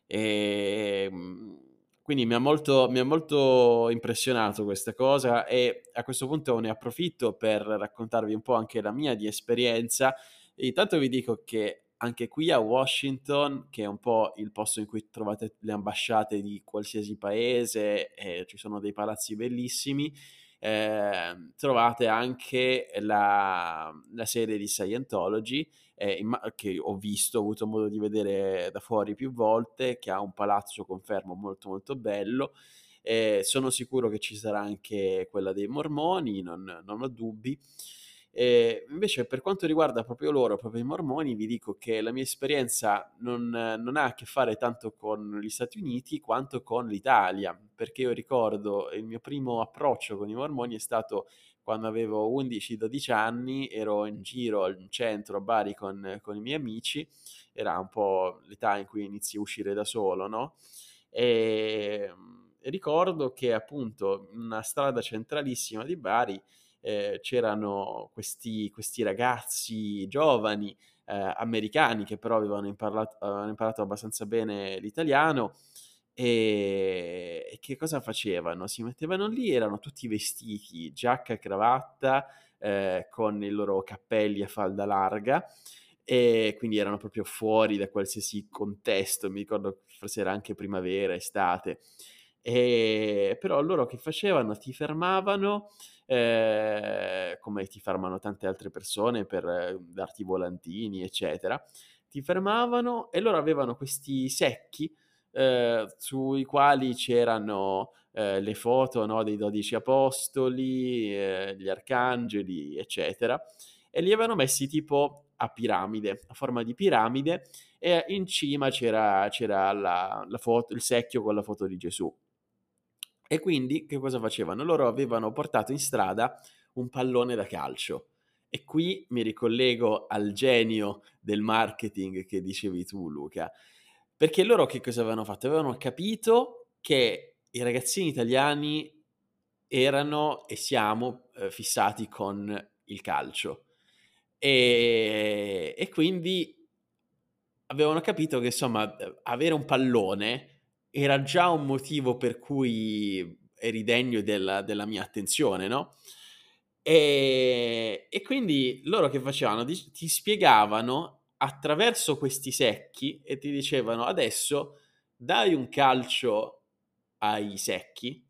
Speaker 1: Ehm, quindi mi ha molto mi ha molto impressionato questa cosa e a questo punto ne approfitto per raccontarvi un po' anche la mia di esperienza. Intanto vi dico che anche qui a Washington, che è un po' il posto in cui trovate le ambasciate di qualsiasi paese e ci sono dei palazzi bellissimi, ehm, trovate anche la la sede di Scientology, ehm, imma che ho visto, ho avuto modo di vedere da fuori più volte, che ha un palazzo, confermo, molto, molto bello. Ehm, sono sicuro che ci sarà anche quella dei mormoni, non non ho dubbi. Ehm, invece per quanto riguarda proprio loro, proprio i mormoni, vi dico che la mia esperienza non non ha a che fare tanto con gli Stati Uniti quanto con l'Italia, perché io ricordo il mio primo approccio con i mormoni è stato quando avevo undici, dodici anni, ero in giro al centro a Bari con con i miei amici, era un po' l'età in cui inizi a uscire da solo, no, ehm, e ricordo che appunto in una strada centralissima di Bari, ehm, c'erano questi questi ragazzi giovani, ehm, americani che però avevano imparlat avevano imparato abbastanza bene l'italiano. Ehm, e che cosa facevano? Si mettevano lì, erano tutti vestiti, giacca e cravatta, ehm, con i loro cappelli a falda larga, e quindi erano proprio fuori da qualsiasi contesto. Mi ricordo forse era anche primavera, estate. Ehm, però loro che facevano? Ti fermavano, ehm, come ti fermano tante altre persone per eh, darti volantini, eccetera. Ti fermavano e loro avevano questi secchi, ehm, sui quali c'erano, ehm, le foto, no, dei dodici apostoli, ehm, gli arcangeli, eccetera, e li avevano messi tipo a piramide, a forma di piramide, e in cima c'era c'era la la foto, il secchio con la foto di Gesù. E quindi che cosa facevano? Loro avevano portato in strada un pallone da calcio. E qui mi ricollego al genio del marketing che dicevi tu, Luca, perché loro che cosa avevano fatto? Avevano capito che i ragazzini italiani erano e siamo, ehm, fissati con il calcio. Ehm, e quindi avevano capito che insomma, ehm, avere un pallone era già un motivo per cui eri degno della della mia attenzione, no, ehm, e quindi loro che facevano? Dic ti spiegavano attraverso questi secchi e ti dicevano: "Adesso dai un calcio ai secchi",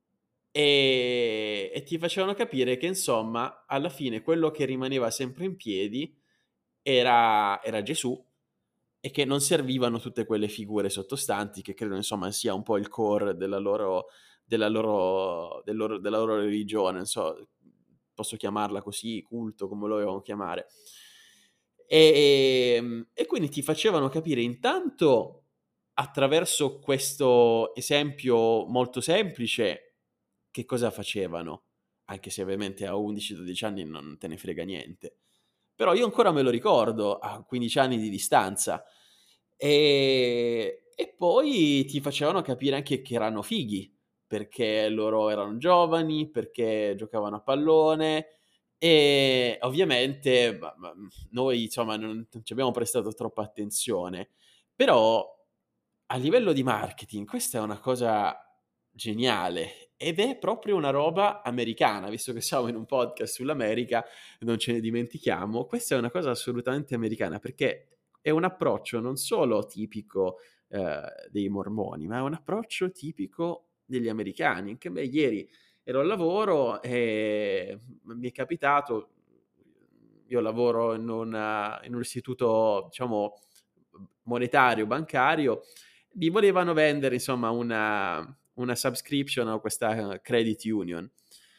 Speaker 1: ehm, e ti facevano capire che insomma, alla fine quello che rimaneva sempre in piedi era era Gesù, e che non servivano tutte quelle figure sottostanti che credo insomma sia un po' il core della loro della loro del loro della loro religione, non so, posso chiamarla così, culto, come lo vogliamo chiamare. Ehm, e quindi ti facevano capire intanto, attraverso questo esempio molto semplice, che cosa facevano, anche se ovviamente a undici, dodici anni non te ne frega niente. Però io ancora me lo ricordo a quindici anni di distanza. Ehm, e poi ti facevano capire anche che erano fighi, perché loro erano giovani, perché giocavano a pallone, E ovviamente ma ma noi insomma non non ci abbiamo prestato troppa attenzione, però a livello di marketing questa è una cosa geniale ed è proprio una roba americana, visto che siamo in un podcast sull'America, non ce ne dimentichiamo, questa è una cosa assolutamente americana, perché è un approccio non solo tipico, ehm, dei mormoni, ma è un approccio tipico degli americani. Anche me ieri ero al lavoro e m mi è capitato, io lavoro in un in un istituto, diciamo, monetario, bancario, mi volevano vendere insomma una una subscription a questa credit union.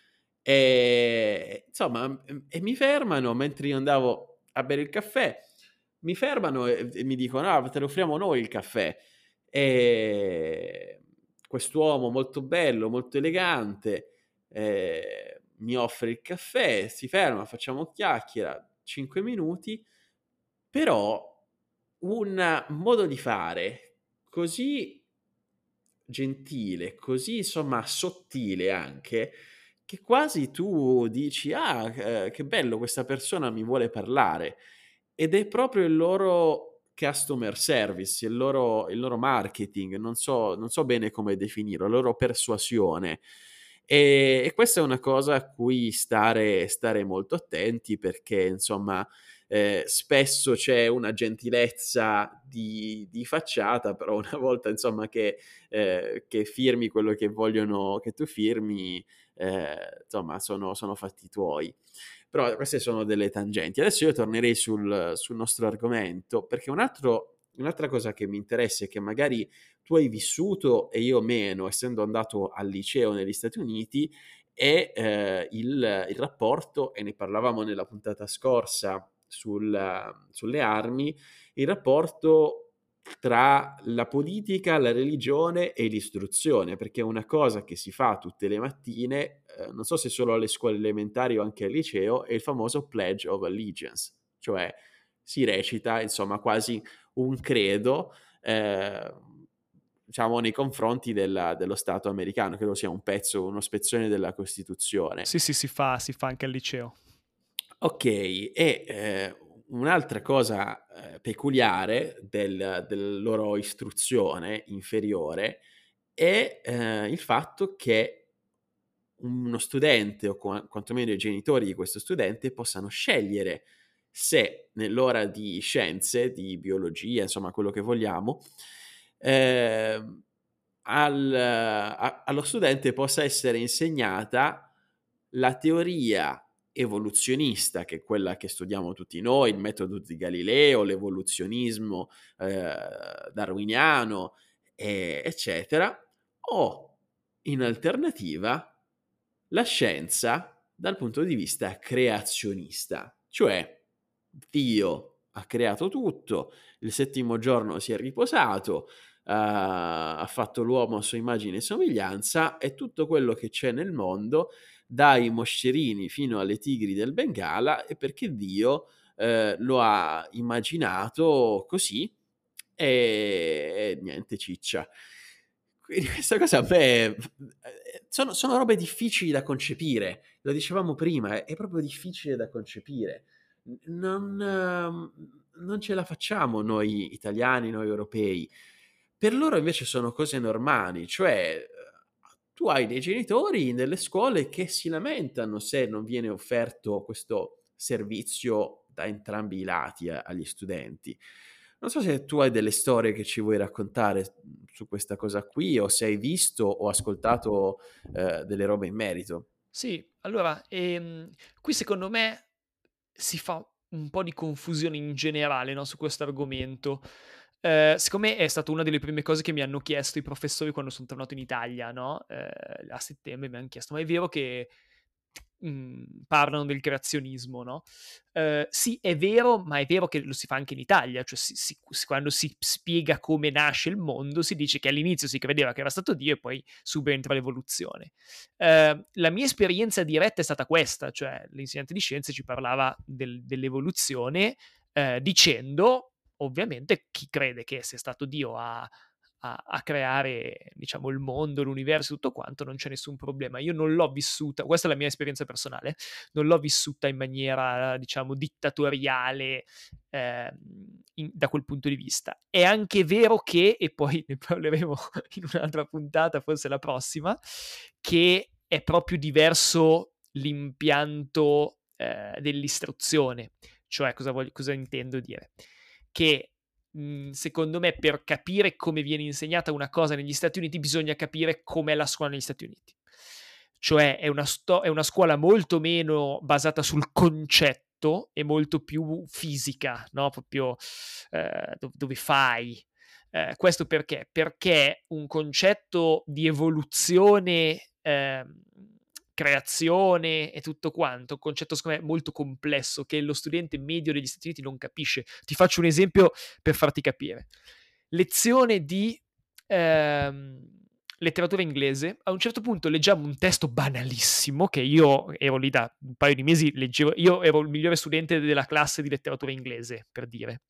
Speaker 1: Ehm, insomma, mhmm, e mi fermano mentre io andavo a bere il caffè, mi fermano e e mi dicono: "Ah, te lo offriamo noi il caffè". Ehm, quest'uomo molto bello, molto elegante, ehm, mi offre il caffè, si ferma, facciamo chiacchiera, cinque minuti, però un modo di fare così gentile, così insomma sottile anche, che quasi tu dici: "Ah, ehm, che bello, questa persona mi vuole parlare". Ed è proprio il loro customer service, il loro il loro marketing, non so non so bene come definirlo, la loro persuasione. Ehm, e questa è una cosa a cui stare stare molto attenti perché insomma, ehm, spesso c'è una gentilezza di di facciata, però una volta insomma che ehm, che firmi quello che vogliono che tu firmi, ehm, insomma sono sono fatti tuoi. Però queste sono delle tangenti. Adesso io tornerei sul sul nostro argomento, perché un altro un'altra cosa che mi interessa e che magari tu hai vissuto e io meno, essendo andato al liceo negli Stati Uniti, è, ehm, il il rapporto, e ne parlavamo nella puntata scorsa sul sulle armi, il rapporto tra la politica, la religione e l'istruzione, perché è una cosa che si fa tutte le mattine, ehm, non so se solo alle scuole elementari o anche al liceo, è il famoso Pledge of Allegiance, cioè si recita insomma quasi un credo, ehm, diciamo nei confronti della dello Stato americano, credo sia un pezzo uno spezzone della Costituzione.
Speaker 2: Sì, sì, si fa si fa anche al liceo.
Speaker 1: Okay, e, ehm, un'altra cosa, ehm, peculiare del del loro istruzione inferiore è, ehm, il fatto che uno studente o qua quantomeno i genitori di questo studente possano scegliere se nell'ora di scienze, di biologia, insomma quello che vogliamo, ehm, al a allo studente possa essere insegnata la teoria evoluzionista, che è quella che studiamo tutti noi, il metodo di Galileo, l'evoluzionismo, ehm, darwiniano, ehm, eccetera, o in alternativa la scienza dal punto di vista creazionista, cioè Dio ha creato tutto, il settimo giorno si è riposato, ha ha fatto l'uomo a sua immagine e somiglianza e tutto quello che c'è nel mondo, dai moscerini fino alle tigri del Bengala, è perché Dio, ehm, lo ha immaginato così e e niente ciccia. Quindi questa cosa a me f ehm, sono sono robe difficili da concepire. Lo dicevamo prima, è è proprio difficile da concepire. N non mhmm, non ce la facciamo noi italiani, noi europei. Per loro invece sono cose normali, cioè, uhm, tu hai dei genitori nelle scuole che si lamentano se non viene offerto questo servizio da entrambi i lati a agli studenti. Non so se tu hai delle storie che ci vuoi raccontare, mhmm, su questa cosa qui o se hai visto o ascoltato, ehm, delle robe in merito.
Speaker 2: Sì, allora, ehm, qui secondo me si fa un po' di confusione in generale, no, su questo argomento. Ehm, secondo me è stata una delle prime cose che mi hanno chiesto i professori quando son tornato in Italia, no, ehm, a settembre mi han chiesto: "Ma è vero che, mhmm, parlano del creazionismo?" No, ehm, sì è vero, ma è vero che lo si fa anche in Italia, cioè si si s quando si spiega come nasce il mondo, si dice che all'inizio si credeva che era stato Dio e poi subentra l'evoluzione. Ehm, la mia esperienza diretta è stata questa, cioè l'insegnante di scienze ci parlava del dell'evoluzione, ehm, dicendo ovviamente chi crede che sia stato Dio a a, a creare, diciamo, il mondo, l'universo, tutto quanto, non c'è nessun problema. Io non l'ho vissuta, questa è la mia esperienza personale, non l'ho vissuta in maniera, diciamo, dittatoriale, eh, in, da quel punto di vista. È anche vero che, e poi ne parleremo in un'altra puntata, forse la prossima, che è proprio diverso l'impianto eh, dell'istruzione. Cioè, cosa, voglio, cosa intendo dire? Che mh, secondo me, per capire come viene insegnata una cosa negli Stati Uniti bisogna capire com'è la scuola negli Stati Uniti. Cioè è una, sto- è una scuola molto meno basata sul concetto e molto più fisica, no? Proprio eh, dove, dove fai. Eh, questo perché? Perché un concetto di evoluzione, eh, creazione e tutto quanto, un concetto secondo me molto complesso che lo studente medio degli Stati Uniti non capisce. Ti faccio un esempio per farti capire. Lezione di ehm, letteratura inglese, a un certo punto leggiamo un testo banalissimo, che io ero lì da un paio di mesi, leggevo, io ero il migliore studente della classe di letteratura inglese, per dire.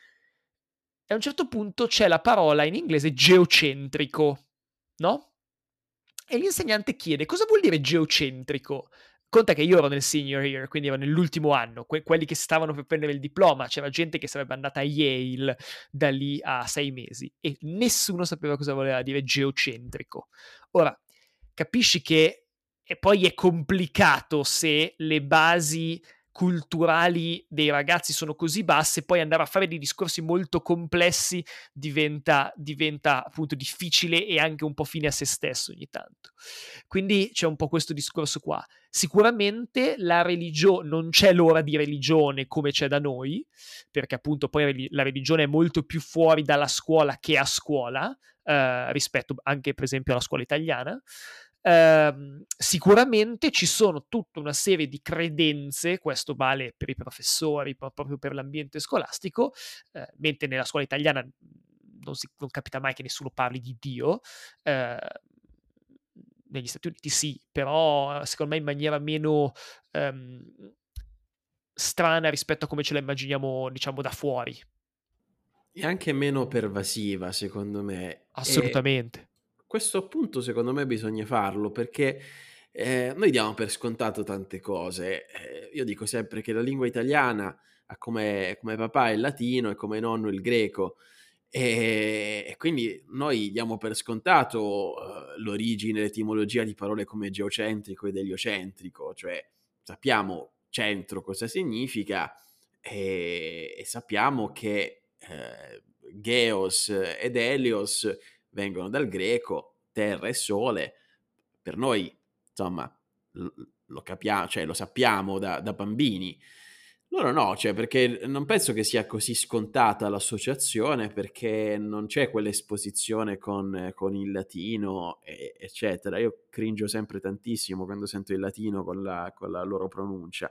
Speaker 2: E a un certo punto c'è la parola in inglese geocentrico, no? E l'insegnante chiede cosa vuol dire geocentrico. Conta che io ero nel senior year, quindi ero nell'ultimo anno, que- quelli che stavano per prendere il diploma, c'era gente che sarebbe andata a Yale da lì a sei mesi e nessuno sapeva cosa voleva dire geocentrico. Ora, capisci che e poi è complicato se le basi culturali dei ragazzi sono così basse, poi andare a fare dei discorsi molto complessi diventa, diventa appunto difficile e anche un po' fine a se stesso ogni tanto. Quindi c'è un po' questo discorso qua. Sicuramente la religione, non c'è l'ora di religione come c'è da noi, perché appunto poi la religione è molto più fuori dalla scuola che a scuola, eh, rispetto anche per esempio alla scuola italiana. Uh, sicuramente ci sono tutta una serie di credenze, questo vale per i professori, ma proprio per l'ambiente scolastico, uh, mentre nella scuola italiana non, si, non capita mai che nessuno parli di Dio, uh, negli Stati Uniti sì, però secondo me in maniera meno um, strana rispetto a come ce la immaginiamo, diciamo, da fuori.
Speaker 1: E anche meno pervasiva, secondo me.
Speaker 2: Assolutamente.
Speaker 1: E questo appunto secondo me bisogna farlo perché eh, noi diamo per scontato tante cose. Eh, io dico sempre che la lingua italiana ha come, come papà il latino e come nonno il greco. E, e quindi noi diamo per scontato uh, l'origine, l'etimologia di parole come geocentrico ed eliocentrico, cioè sappiamo centro cosa significa e, e sappiamo che eh, Geos ed Helios vengono dal greco, terra e sole. Per noi, insomma, lo, lo capiamo, cioè lo sappiamo da, da bambini. Loro no, cioè perché non penso che sia così scontata l'associazione perché non c'è quell'esposizione con, con il latino, e, eccetera. Io cringio sempre tantissimo quando sento il latino con la, con la loro pronuncia.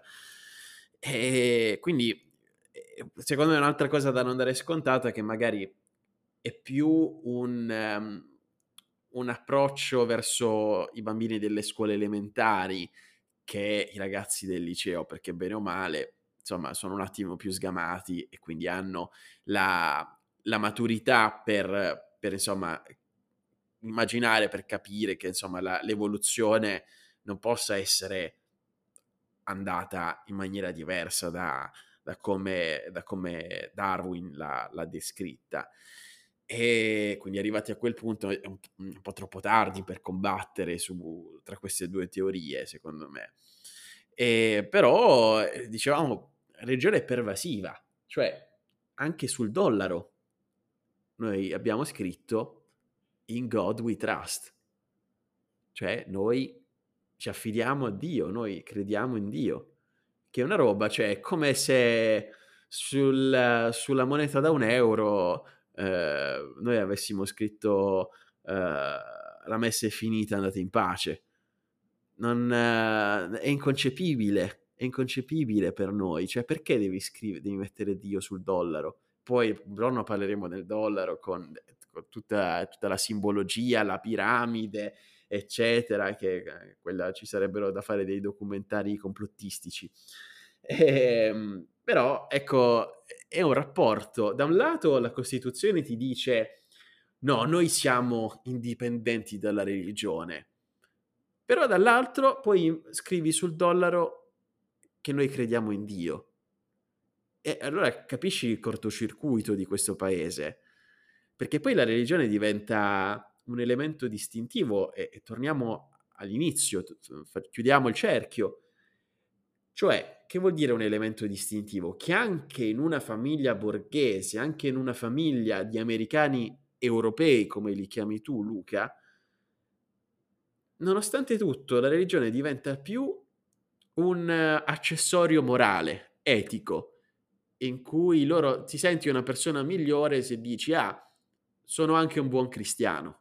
Speaker 1: E quindi, secondo me, un'altra cosa da non dare scontata è che magari è più un, um, un approccio verso i bambini delle scuole elementari che i ragazzi del liceo, perché bene o male, insomma, sono un attimo più sgamati e quindi hanno la, la maturità per, per, insomma, immaginare, per capire che, insomma, la, l'evoluzione non possa essere andata in maniera diversa da, da, come, da come Darwin l'ha, l'ha descritta. E quindi arrivati a quel punto è un, un po' troppo tardi per combattere su, tra queste due teorie, secondo me. E però, dicevamo, religione è pervasiva, cioè anche sul dollaro noi abbiamo scritto In God we trust, cioè noi ci affidiamo a Dio, noi crediamo in Dio, che è una roba, cioè è come se sul, sulla moneta da un euro eh, noi avessimo scritto eh, la messa è finita, andate in pace. Non, eh, è inconcepibile, è inconcepibile per noi, cioè perché devi scrivere, devi mettere Dio sul dollaro? Poi un giorno parleremo del dollaro con, con tutta, tutta la simbologia, la piramide, eccetera, che eh, quella ci sarebbero da fare dei documentari complottistici. Ehm, però, ecco, è un rapporto. Da un lato la Costituzione ti dice no, noi siamo indipendenti dalla religione. Però dall'altro poi scrivi sul dollaro che noi crediamo in Dio. E allora capisci il cortocircuito di questo paese, perché poi la religione diventa un elemento distintivo e, e torniamo all'inizio, t- t- fa- chiudiamo il cerchio. Cioè, che vuol dire un elemento distintivo? Che anche in una famiglia borghese, anche in una famiglia di americani europei, come li chiami tu, Luca, nonostante tutto, la religione diventa più un eh, accessorio morale, etico, in cui loro ti senti una persona migliore se dici: "Ah, sono anche un buon cristiano".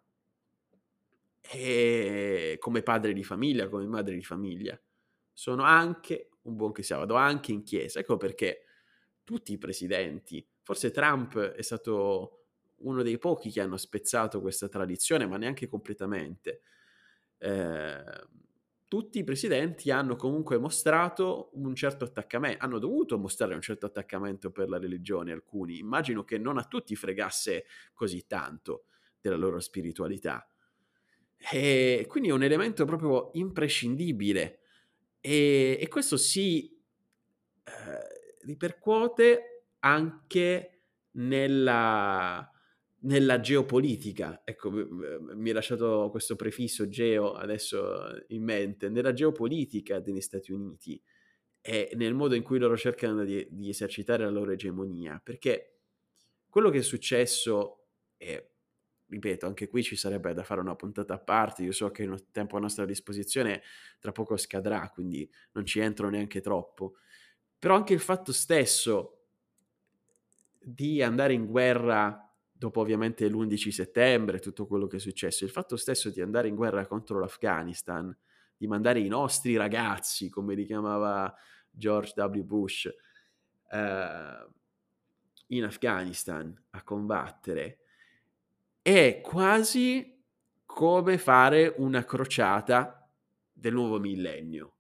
Speaker 1: Ehm, come padre di famiglia, come madre di famiglia. Sono anche un buon cristiano, vado anche in chiesa. Ecco perché tutti i presidenti, forse Trump è stato uno dei pochi che hanno spezzato questa tradizione, ma neanche completamente. Ehm, Tutti i presidenti hanno comunque mostrato un certo attaccame hanno dovuto mostrare un certo attaccamento per la religione, alcuni. Immagino che non a tutti fregasse così tanto della loro spiritualità. E quindi è un elemento proprio imprescindibile. E e questo si, ehm, ripercuote anche nella nella geopolitica. Ecco, m m mi hai lasciato questo prefisso geo adesso in mente. Nella geopolitica degli Stati Uniti e nel modo in cui loro cercano di di esercitare la loro egemonia, perché quello che è successo e ripeto, anche qui ci sarebbe da fare una puntata a parte. Io so che il no tempo a nostra disposizione tra poco scadrà, quindi non ci entro neanche troppo. Però anche il fatto stesso di andare in guerra dopo ovviamente l'undici settembre, tutto quello che è successo, il fatto stesso di andare in guerra contro l'Afghanistan, di mandare i nostri ragazzi, come li chiamava George W. Bush, ehm, in Afghanistan a combattere, è quasi come fare una crociata del nuovo millennio.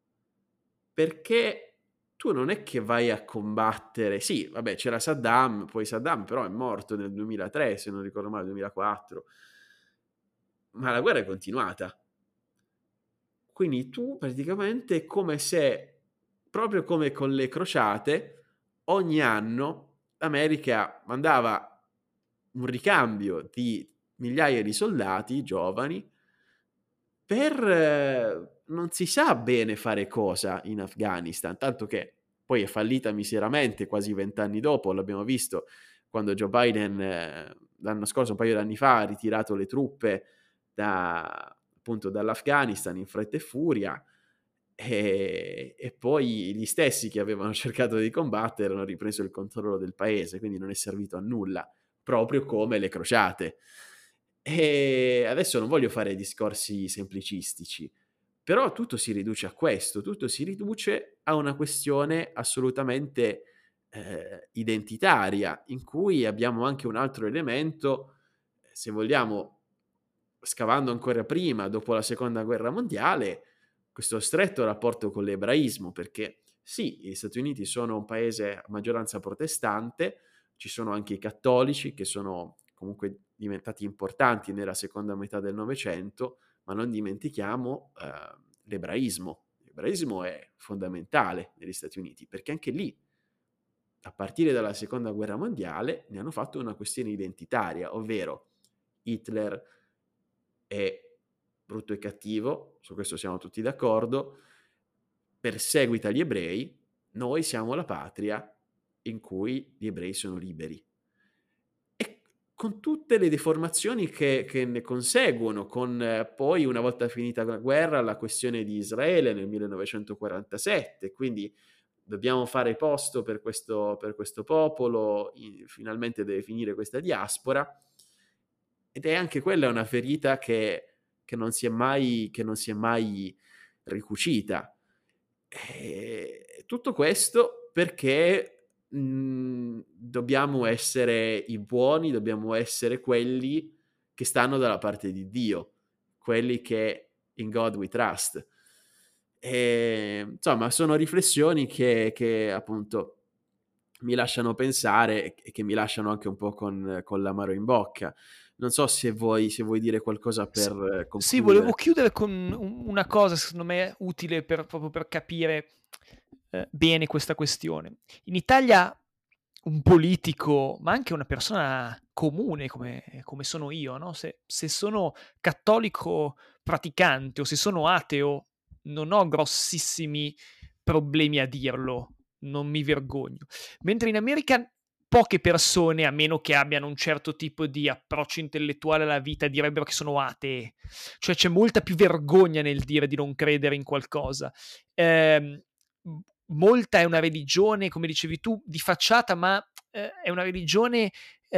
Speaker 1: Perché tu non è che vai a combattere sì, vabbè c'era Saddam, poi Saddam però è morto nel duemilatré, se non ricordo male, duemilaquattro, ma la guerra è continuata. Quindi tu praticamente è come se, proprio come con le crociate, ogni anno l'America mandava un ricambio di migliaia di soldati giovani per eh, non si sa bene fare cosa in Afghanistan, tanto che poi è fallita miseramente quasi venti anni dopo, l'abbiamo visto quando Joe Biden, ehm, l'anno scorso, un paio d'anni fa, ha ritirato le truppe da appunto dall'Afghanistan in fretta e furia, ehm, e poi gli stessi che avevano cercato di combattere hanno ripreso il controllo del paese, quindi non è servito a nulla, proprio come le crociate. E adesso non voglio fare discorsi semplicistici, però tutto si riduce a questo, tutto si riduce a una questione assolutamente, ehm, identitaria, in cui abbiamo anche un altro elemento, se vogliamo, scavando ancora prima, dopo la seconda guerra mondiale, questo stretto rapporto con l'ebraismo, perché sì, gli Stati Uniti sono un paese a maggioranza protestante, ci sono anche i cattolici che sono comunque diventati importanti nella seconda metà del Novecento, ma non dimentichiamo, ehm, l'ebraismo. L'ebraismo è fondamentale negli Stati Uniti, perché anche lì, a partire dalla seconda guerra mondiale, ne hanno fatto una questione identitaria, ovvero Hitler è brutto e cattivo, su questo siamo tutti d'accordo, perseguita gli ebrei, noi siamo la patria in cui gli ebrei sono liberi. E con tutte le deformazioni che che ne conseguono, con eh, poi una volta finita la guerra la questione di Israele nel millenovecentoquarantasette, quindi dobbiamo fare posto per questo per questo popolo, i finalmente deve finire questa diaspora, ed è anche quella una ferita che che non si è mai che non si è mai ricucita. Ehm, tutto questo perché, mhmm, dobbiamo essere i buoni, dobbiamo essere quelli che stanno dalla parte di Dio, quelli che "in God we trust". Ehm, insomma sono riflessioni che che appunto mi lasciano pensare e che mi lasciano anche un po' con con l'amaro in bocca. Non so se vuoi se vuoi dire qualcosa
Speaker 2: S
Speaker 1: per
Speaker 2: sì, volevo
Speaker 1: concludere.
Speaker 2: chiudere con u una cosa secondo me utile per proprio per capire, ehm, bene questa questione. In Italia un politico, ma anche una persona comune come come sono io, no, se se sono cattolico praticante o se sono ateo, non ho grossissimi problemi a dirlo, non mi vergogno. Mentre in America poche persone, a meno che abbiano un certo tipo di approccio intellettuale alla vita, direbbero che sono atee. Cioè c'è molta più vergogna nel dire di non credere in qualcosa. Ehm, m molta è una religione, come dicevi tu, di facciata, ma, ehm, è una religione,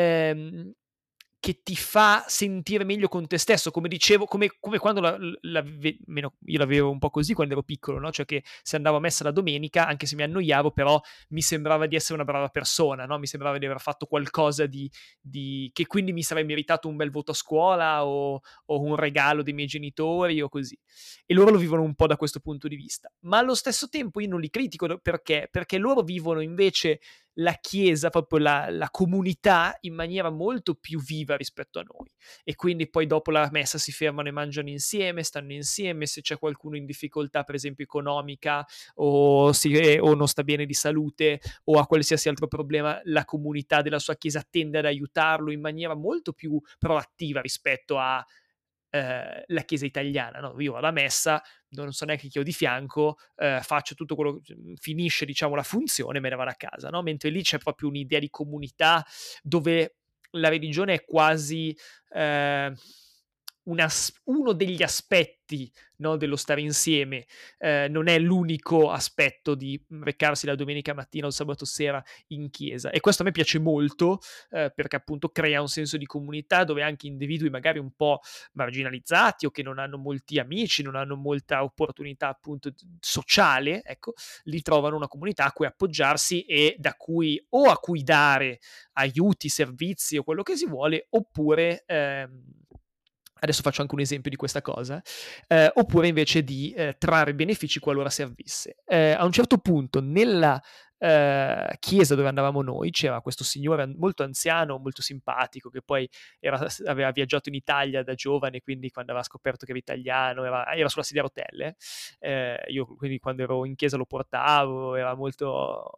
Speaker 2: ehm, che ti fa sentire meglio con te stesso, come dicevo, come come quando la l la ve meno io la vivevo un po' così quando ero piccolo, no, cioè che se andavo a messa la domenica, anche se mi annoiavo, però mi sembrava di essere una brava persona, no, mi sembrava di aver fatto qualcosa di di che quindi mi sarei meritato un bel voto a scuola o o un regalo dei miei genitori o così. E loro lo vivono un po' da questo punto di vista. Ma allo stesso tempo io non li critico do perché? Perché loro vivono invece la chiesa, proprio la la comunità, in maniera molto più viva rispetto a noi. E quindi poi dopo la messa si fermano e mangiano insieme, stanno insieme, se c'è qualcuno in difficoltà, per esempio economica, o si ehm, o non sta bene di salute, o ha qualsiasi altro problema, la comunità della sua chiesa tende ad aiutarlo in maniera molto più proattiva rispetto a ehm, la chiesa italiana, no, io vado a messa, non so neanche chi ho di fianco, ehm, faccio tutto quello mhmm, finisce diciamo la funzione e me ne vado a casa, no, mentre lì c'è proprio un'idea di comunità dove la religione è quasi, ehm, un as uno degli aspetti, no, dello stare insieme, ehm, non è l'unico aspetto di, mhmm, recarsi la domenica mattina o il sabato sera in chiesa. E questo a me piace molto, ehm, perché appunto crea un senso di comunità dove anche individui magari un po' marginalizzati o che non hanno molti amici, non hanno molta opportunità appunto d sociale, ecco, lì trovano una comunità a cui appoggiarsi e da cui o a cui dare aiuti, servizi o quello che si vuole, oppure, ehm, adesso faccio anche un esempio di questa cosa, ehm, oppure invece di, ehm, trarre benefici qualora servisse. Ehm, a un certo punto nella, ehm, chiesa dove andavamo noi c'era questo signore an molto anziano, molto simpatico, che poi era s aveva viaggiato in Italia da giovane, quindi quando aveva scoperto che ero italiano era era sulla sedia a rotelle, ehm, io quindi quando ero in chiesa lo portavo, era molto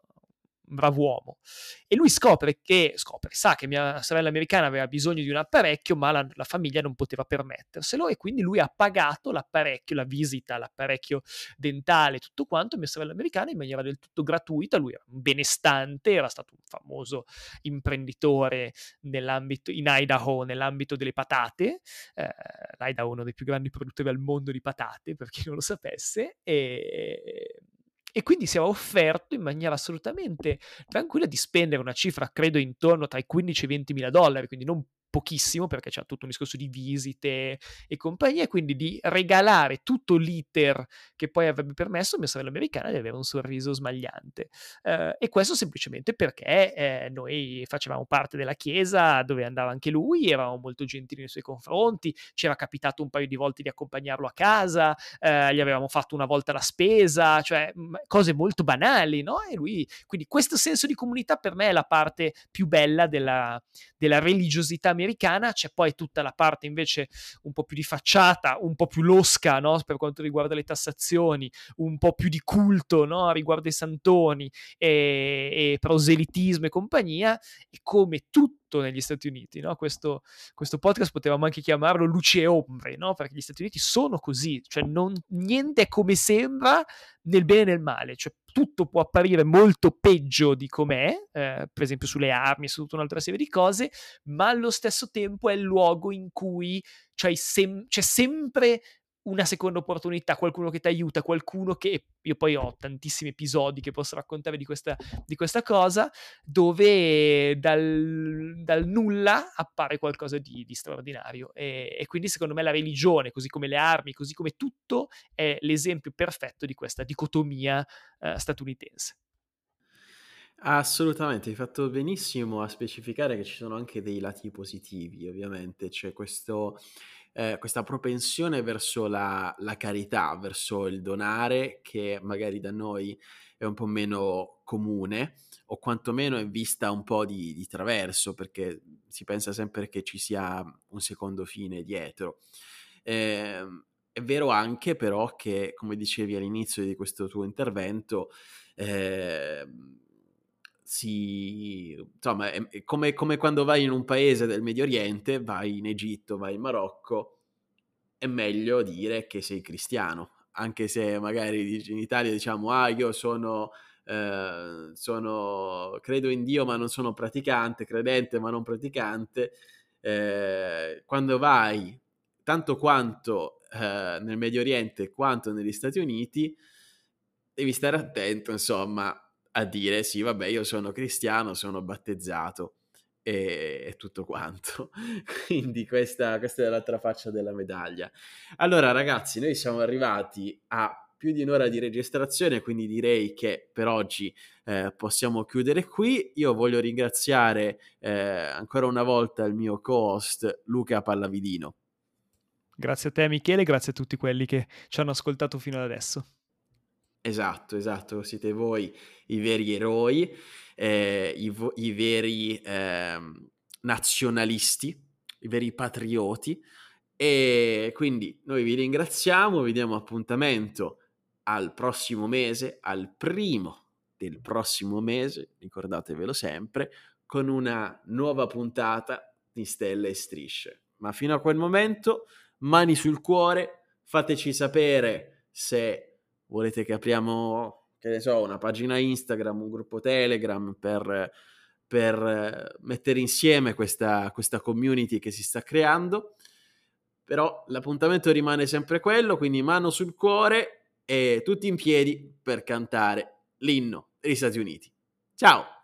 Speaker 2: un brav'uomo. E lui scopre che scopre, sa che mia sorella americana aveva bisogno di un apparecchio, ma la la famiglia non poteva permetterselo e quindi lui ha pagato l'apparecchio, la visita all'apparecchio dentale, tutto quanto, a mia sorella americana in maniera del tutto gratuita. Lui era un benestante, era stato un famoso imprenditore nell'ambito in Idaho, nell'ambito delle patate. Ehm, L'Idaho è uno dei più grandi produttori al mondo di patate, per chi non lo sapesse, e e quindi si era offerto in maniera assolutamente tranquilla di spendere una cifra, credo intorno tra i quindici e i ventimila dollari, quindi non pochissimo perché c'era tutto un discorso di visite e compagnia, e quindi di regalare tutto l'iter che poi avrebbe permesso a mia sorella americana di avere un sorriso smagliante. Ehm, e questo semplicemente perché, ehm, noi facevamo parte della chiesa dove andava anche lui, eravamo molto gentili nei suoi confronti, c'era capitato un paio di volte di accompagnarlo a casa, ehm, gli avevamo fatto una volta la spesa, cioè, mhmm, cose molto banali, no, e lui quindi questo senso di comunità per me è la parte più bella della della religiosità americana. C'è poi tutta la parte invece un po' più di facciata, un po' più losca, no, per quanto riguarda le tassazioni, un po' più di culto, no, riguardo ai santoni, e e proselitismo e compagnia, e come tutto negli Stati Uniti, no, questo questo podcast potevamo anche chiamarlo luci e ombre, no, perché gli Stati Uniti sono così, cioè non niente è come sembra nel bene e nel male, cioè tutto può apparire molto peggio di com'è, ehm, per esempio sulle armi, su tutta un'altra serie di cose, ma allo stesso tempo è il luogo in cui c'hai sem c'è sempre una seconda opportunità, qualcuno che t'aiuta, qualcuno che io poi ho tantissimi episodi che posso raccontare di questa di questa cosa, dove dal dal nulla appare qualcosa di di straordinario. E e quindi secondo me la religione, così come le armi, così come tutto, è l'esempio perfetto di questa dicotomia, ehm, statunitense.
Speaker 1: Assolutamente, hai fatto benissimo a specificare che ci sono anche dei lati positivi, ovviamente. C'è questo ehm, questa propensione verso la la carità, verso il donare, che magari da noi è un po' meno comune, o quantomeno è vista un po' di, di traverso, perché si pensa sempre che ci sia un secondo fine dietro. Eh, è vero anche però che, come dicevi all'inizio di questo tuo intervento, eh, si, insomma, è, è come, come quando vai in un paese del Medio Oriente, vai in Egitto, vai in Marocco, è meglio dire che sei cristiano, anche se magari in Italia diciamo, ah, io sono, eh, sono, credo in Dio ma non sono praticante, credente ma non praticante. Eh, quando vai, tanto quanto eh, nel Medio Oriente quanto negli Stati Uniti, devi stare attento, insomma, a dire sì, vabbè, io sono cristiano, sono battezzato e, e tutto quanto. Quindi questa, questa è l'altra faccia della medaglia. Allora, ragazzi, noi siamo arrivati a più di un'ora di registrazione, quindi direi che per oggi eh, possiamo chiudere qui. Io voglio ringraziare eh, ancora una volta il mio co-host Luca Pallavidino.
Speaker 2: Grazie a te Michele, grazie a tutti quelli che ci hanno ascoltato fino ad adesso.
Speaker 1: Esatto, esatto, siete voi i veri eroi, eh, i, vo- i veri ehm, nazionalisti, i veri patrioti, e quindi noi vi ringraziamo, vi diamo appuntamento al prossimo mese, al primo del prossimo mese, ricordatevelo sempre, con una nuova puntata di Stelle e Strisce. Ma fino a quel momento, mani sul cuore, fateci sapere se volete che apriamo, che ne so, una pagina Instagram, un gruppo Telegram per, per mettere insieme questa, questa community che si sta creando. Però l'appuntamento rimane sempre quello, quindi mano sul cuore e tutti in piedi per cantare l'inno degli Stati Uniti. Ciao!